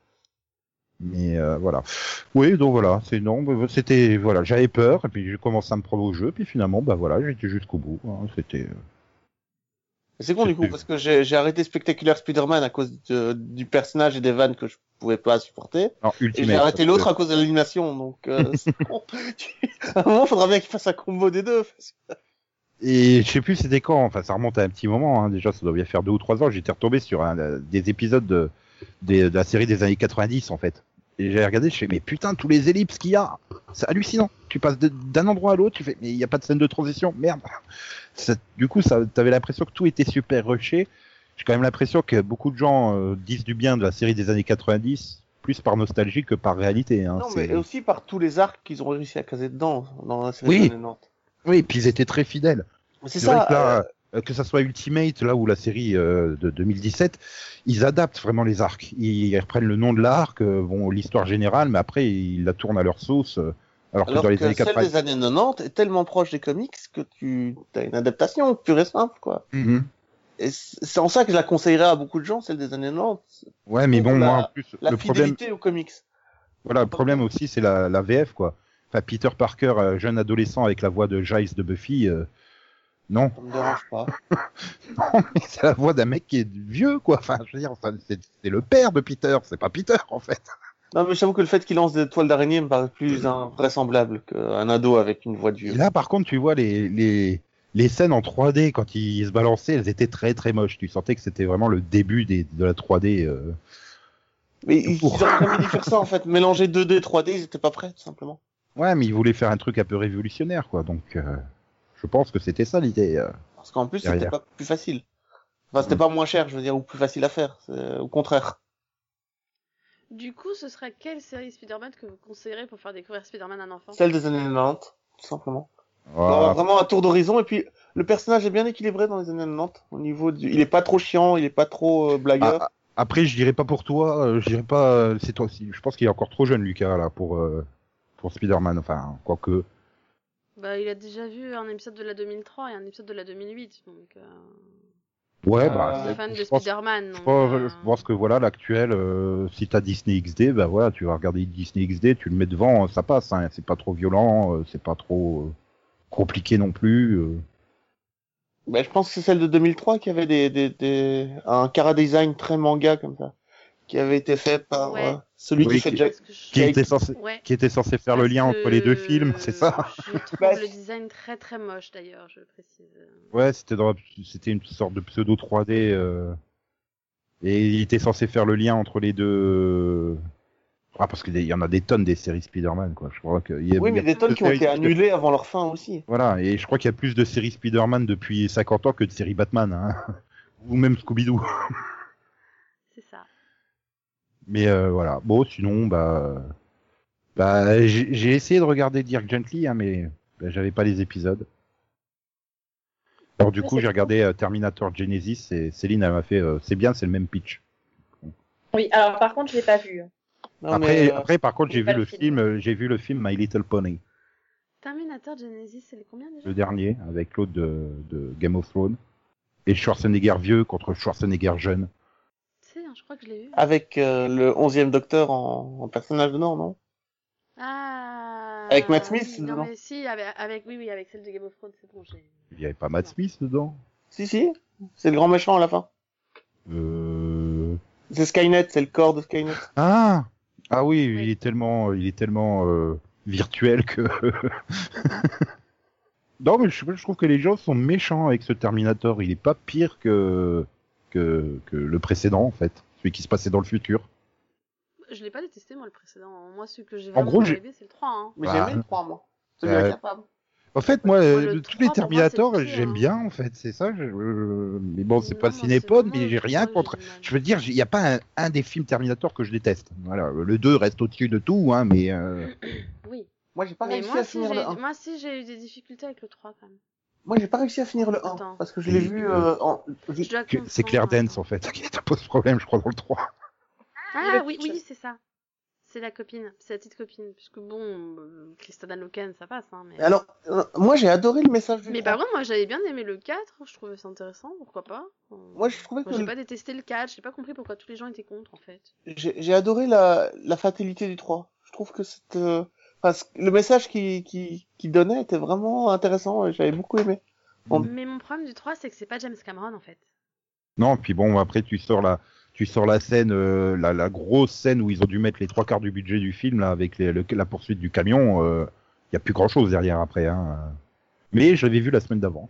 Mais euh, voilà. Oui, donc voilà, c'est non, bah, c'était, voilà, j'avais peur et puis j'ai commencé à me prendre au jeu, puis finalement, bah voilà, j'étais jusqu'au bout. Hein, c'était. euh, c'est con du coup, C'était- parce que j'ai j'ai arrêté Spectacular Spider-Man à cause de- du personnage et des vannes que je pouvais pas supporter. Non, Et j'ai Ultimate. arrêté parce l'autre que- à cause de l'animation, donc euh, c'est con. À un moment, faudra bien qu'il fasse un combo des deux. parce que- Et je sais plus c'était quand, enfin ça remonte à un petit moment, hein. Déjà ça doit bien faire deux ou trois ans, j'étais retombé sur un, euh, des épisodes de, des- de la série des années quatre-vingt-dix en fait. Et j'ai regardé, je fais mais putain tous les ellipses qu'il y a, c'est hallucinant. Tu passes de- d'un endroit à l'autre, tu fais mais il n'y a pas de scène de transition, merde. Ça- du coup ça, t'avais l'impression que tout était super rushé. J'ai quand même l'impression que beaucoup de gens euh, disent du bien de la série des années quatre-vingt-dix, plus par nostalgie que par réalité. Hein. Non, C'est- mais aussi par tous les arcs qu'ils ont réussi à caser dedans, dans la série Oui. des années Nantes. Oui, et puis ils étaient très fidèles. Mais c'est C'est ça. vrai que là, euh, euh, que ça soit Ultimate là ou la série euh, de deux mille dix-sept, ils adaptent vraiment les arcs. Ils reprennent le nom de l'arc, euh, bon l'histoire générale, mais après ils la tournent à leur sauce. euh, alors que alors dans les que années celle quatre-vingt. des années quatre-vingt-dix est tellement proche des comics que tu as une adaptation pure et simple, quoi. Mhm. Et c'est c'est en ça que je la conseillerais à beaucoup de gens, celle des années quatre-vingt-dix. Ouais, mais bon, La- moi en plus La le problème, fidélité aux comics. voilà, le problème aussi c'est la, la V F quoi. Enfin Peter Parker, euh, jeune adolescent avec la voix de Giles de Buffy, euh, non, Ça me dérange pas. non, mais c'est la voix d'un mec qui est vieux quoi. Enfin, je veux dire, ça, c'est, c'est le père de Peter, c'est pas Peter en fait. Non, mais j'avoue que le fait qu'il lance des toiles d'araignée me paraît plus invraisemblable qu'un ado avec une voix de Et vieux. là, par contre, tu vois les, les, les scènes en trois D quand ils se balançaient, elles étaient très très moches. Tu sentais que c'était vraiment le début des, de la trois D. Euh... Mais ils Pour. ils auraient jamais dû faire ça, en fait. Mélanger deux D et trois D, ils étaient pas prêts, tout simplement. Ouais, mais ils voulaient faire un truc un peu révolutionnaire, quoi. Donc, euh, je pense que c'était ça l'idée. euh. Parce qu'en plus, c'était Derrière. pas plus facile. Enfin, c'était Mm. pas moins cher, je veux dire, ou plus facile à faire. C'est- Au contraire. Du coup, ce serait quelle série Spider-Man que vous conseillerez pour faire découvrir Spider-Man à un enfant? Celle des années quatre-vingt-dix, tout simplement. Voilà. Alors, vraiment un tour d'horizon, et puis le personnage est bien équilibré dans les années quatre-vingt-dix. Au niveau du... Il est pas trop chiant, il est pas trop euh, blagueur. Ah, après, je dirais pas pour toi, euh, je dirais pas. euh, c'est toi aussi. Je pense qu'il est encore trop jeune, Lucas, là, pour euh, pour Spider-Man. Enfin, quoique. Bah, il a déjà vu un épisode de la deux mille trois et un épisode de la deux mille huit, donc... Euh... Ouais, Euh, bah, Il est c'est- fan de je pense, Spider-Man, je donc... pense, euh, je pense que voilà, l'actuel, euh, si t'as Disney X D, bah voilà, tu vas regarder Disney X D, tu le mets devant, ça passe, hein, c'est pas trop violent, euh, c'est pas trop euh, compliqué non plus. euh. Bah, je pense que c'est celle de deux mille trois qui avait des, des, des... un chara design très manga comme ça, qui avait été fait par Ouais. euh, celui Oui, qui fait qui- Jack. parce que je- Qui Qui a était écrit- censé, Ouais. qui était censé faire le Parce lien entre les deux que films, c'est ça? Je trouve Bah, le design très très moche, d'ailleurs, je précise. Ouais, c'était dans, c'était une sorte de pseudo trois D, euh, et il était censé faire le lien entre les deux. Ah, parce qu'il y en a des tonnes des séries Spider-Man, quoi. Je crois que il y a, Oui, il y mais a des plus tonnes de qui ont été séries- annulées avant leur fin aussi. Voilà, et je crois qu'il y a plus de séries Spider-Man depuis cinquante ans que de séries Batman, hein. Ou même Scooby-Doo. C'est ça. Mais euh, voilà. Bon, sinon, bah, bah, j'ai j'ai essayé de regarder Dirk Gently, hein, mais bah, j'avais pas les épisodes. Alors du Mais coup, c'est j'ai bon. regardé euh, Terminator Genesis et Céline, elle m'a fait, euh, c'est bien, c'est le même pitch. Oui, alors par contre, je l'ai pas vu. Non, après, mais, euh, après, par contre, j'ai j'ai pas vu le le film. film, euh, j'ai vu le film My Little Pony, Terminator Genesis, c'est les combien déjà? le dernier, avec l'autre de, de Game of Thrones, et Schwarzenegger vieux contre Schwarzenegger jeune. C'est, hein, je crois que je l'ai vu. avec euh, le onzième docteur en, en personnage dedans, non? Ah. Avec Matt Smith, oui, non dedans. mais si, avec, avec, oui, oui, avec celle de Game of Thrones, c'est bon, j'ai. Il y avait pas Matt Smith dedans. Si, si. C'est le grand méchant à la fin. Euh... C'est Skynet, c'est le corps de Skynet. Ah, ah oui, Oui. il est tellement, il est tellement euh, virtuel que. Non, mais je, je trouve que les gens sont méchants avec ce Terminator. Il est pas pire que que, que le précédent en fait, celui qui se passait dans le futur. Je l'ai pas détesté, moi, le précédent. Moi, celui que j'ai En vraiment gros, j'ai- aimé, c'est le trois, hein. Mais Bah, j'ai aimé le trois, moi. Celui euh, incapable. En fait, moi, Moi, euh, le tous trois, les pour moi, Terminators, c'est le pire, j'aime hein. bien en fait, c'est ça. Je, euh, mais bon, c'est Non, pas moi, cinépod, c'est mais j'ai vraiment rien le trois, contre. j'ai du mal. Je veux dire, il y a pas un, un des films Terminator que je déteste. Voilà, le deux reste au-dessus de tout, hein, mais. Euh... Oui. Moi, j'ai pas Mais réussi moi à aussi, finir j'ai le un. moi aussi, j'ai eu des difficultés avec le trois, quand même. Moi, j'ai pas réussi à finir le un. Attends. Parce que je l'ai Et, vu, euh, euh, en... Je dois que- C'est Claire confondre, Dance en fait qui te pose problème, je crois, dans le trois. Ah Le oui, pitch. oui, c'est ça. C'est la copine, c'est la petite copine. Puisque bon, euh, Kristen Loken, ça passe, hein. Mais, Alors, euh, moi, j'ai adoré le message du mais trois. par contre, moi, j'avais bien aimé le quatre. Je trouvais ça intéressant, pourquoi pas. Euh, Moi, je trouvais Moi, que j'ai le- pas détesté le quatre. J'ai pas compris pourquoi tous les gens étaient contre, en fait. J'ai j'ai adoré la, la fatalité du trois. Je trouve que c'est, euh, enfin, ce- le message qui, qui, qui donnait était vraiment intéressant et j'avais beaucoup aimé. On- Mais mon problème du trois, c'est que c'est pas James Cameron, en fait. Non, puis bon, après tu sors la, tu sors la scène, euh, la, la grosse scène où ils ont dû mettre les trois quarts du budget du film là avec les, le- la poursuite du camion. Il y a plus grand chose derrière après. Hein. Mais je l'avais vu la semaine d'avant.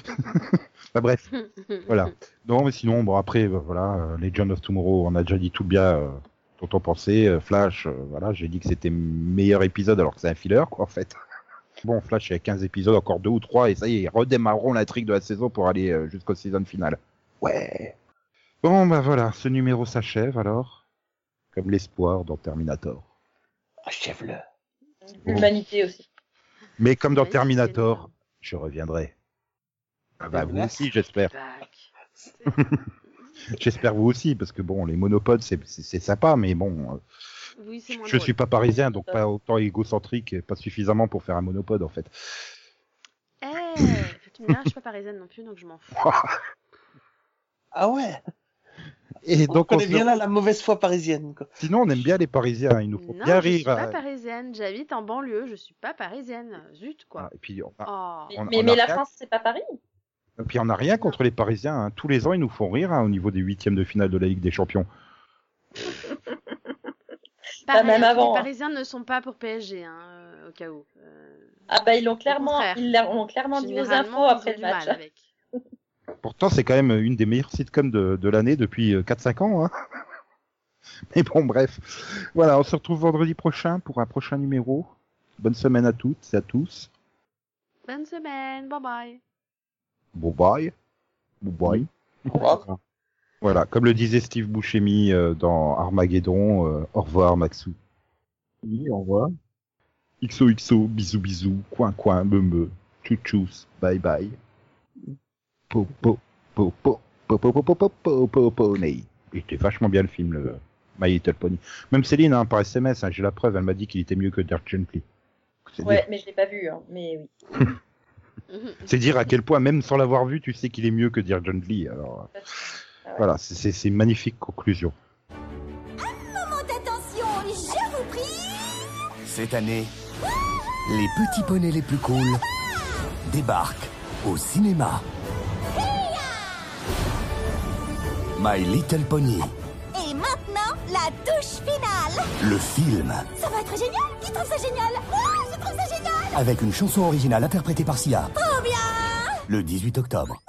Enfin, bref, voilà. Non, mais sinon, bon après, euh, voilà, euh, Legend of Tomorrow, on a déjà dit tout bien euh, dont on pensait. Euh, Flash, euh, voilà, j'ai dit que c'était meilleur épisode alors que c'est un filler quoi en fait. Bon, Flash, il y a quinze épisodes, encore deux ou trois, et ça y est, ils redémarreront l'intrigue de la saison pour aller euh, jusqu'au season finale. Ouais. Bon, bah voilà, ce numéro s'achève alors. Comme l'espoir dans Terminator. Achève-le. L'humanité aussi. Mais comme dans Ouais, c'est Terminator, énorme. je reviendrai. Ah bah, vous Back. aussi, j'espère. Back. J'espère vous aussi, parce que bon, les monopodes, c'est c'est- c'est sympa, mais bon, euh, Oui, c'est moins je drôle. suis pas parisien, donc pas autant égocentrique, et pas suffisamment pour faire un monopode en fait. Eh, tu me diras, je suis pas parisienne non plus, donc je m'en fous. Ah ouais. Et On donc, on connaît se- bien là la mauvaise foi parisienne, quoi. sinon, on aime bien les Parisiens, ils nous font Non, bien je suis rire. pas euh, parisienne, j'habite en banlieue, je suis pas parisienne. Zut, ah, quoi. et puis, on a, Oh. Mais, On- mais, on mais a la rien- France, c'est pas Paris. et puis on n'a rien contre les Parisiens. Hein. Tous les ans, ils nous font rire hein, au niveau des huitièmes de finale de la Ligue des Champions. Pareil, même hein, avant, les hein. Parisiens ne sont pas pour P S G, hein, euh, au cas où. Euh, Ah bah ils l'ont clairement, contraire. ils l'ont clairement dit aux généralement, infos ils après ont le du match. mal avec. Pourtant, c'est quand même une des meilleures sitcoms de, de l'année depuis euh, quatre cinq ans. Hein. Mais bon, bref. Voilà, on se retrouve vendredi prochain pour un prochain numéro. Bonne semaine à toutes et à tous. Bonne semaine, bye bye. Bon bye. Bon bye. Au revoir. Voilà, comme le disait Steve Buscemi euh, dans Armageddon, euh, au revoir Maxou. Oui, au revoir. X O X O, bisous bisous, coin coin, me me, tchou tchous, bye bye. Po po po po po po po po po po po pony. Il était vachement bien le film, le My Little Pony. Même Céline, hein, par S M S, hein, j'ai la preuve, elle m'a dit qu'il était mieux que Dirk Gently. C'est Ouais, dire, mais je l'ai pas vu, hein. Mais oui. c'est dire à quel point, même sans l'avoir vu, tu sais qu'il est mieux que Dirk Gently. Alors Ah ouais. voilà, c'est- c'est c'est une magnifique conclusion. Moment d'attention, je vous prie. Cette année, les petits poneys les plus cool débarquent au cinéma. My Little Pony, Et maintenant, la touche finale. le film, Ça va être génial. Qui trouve ça génial? Oh, je trouve ça génial. avec une chanson originale interprétée par Sia, Trop bien. le dix-huit octobre.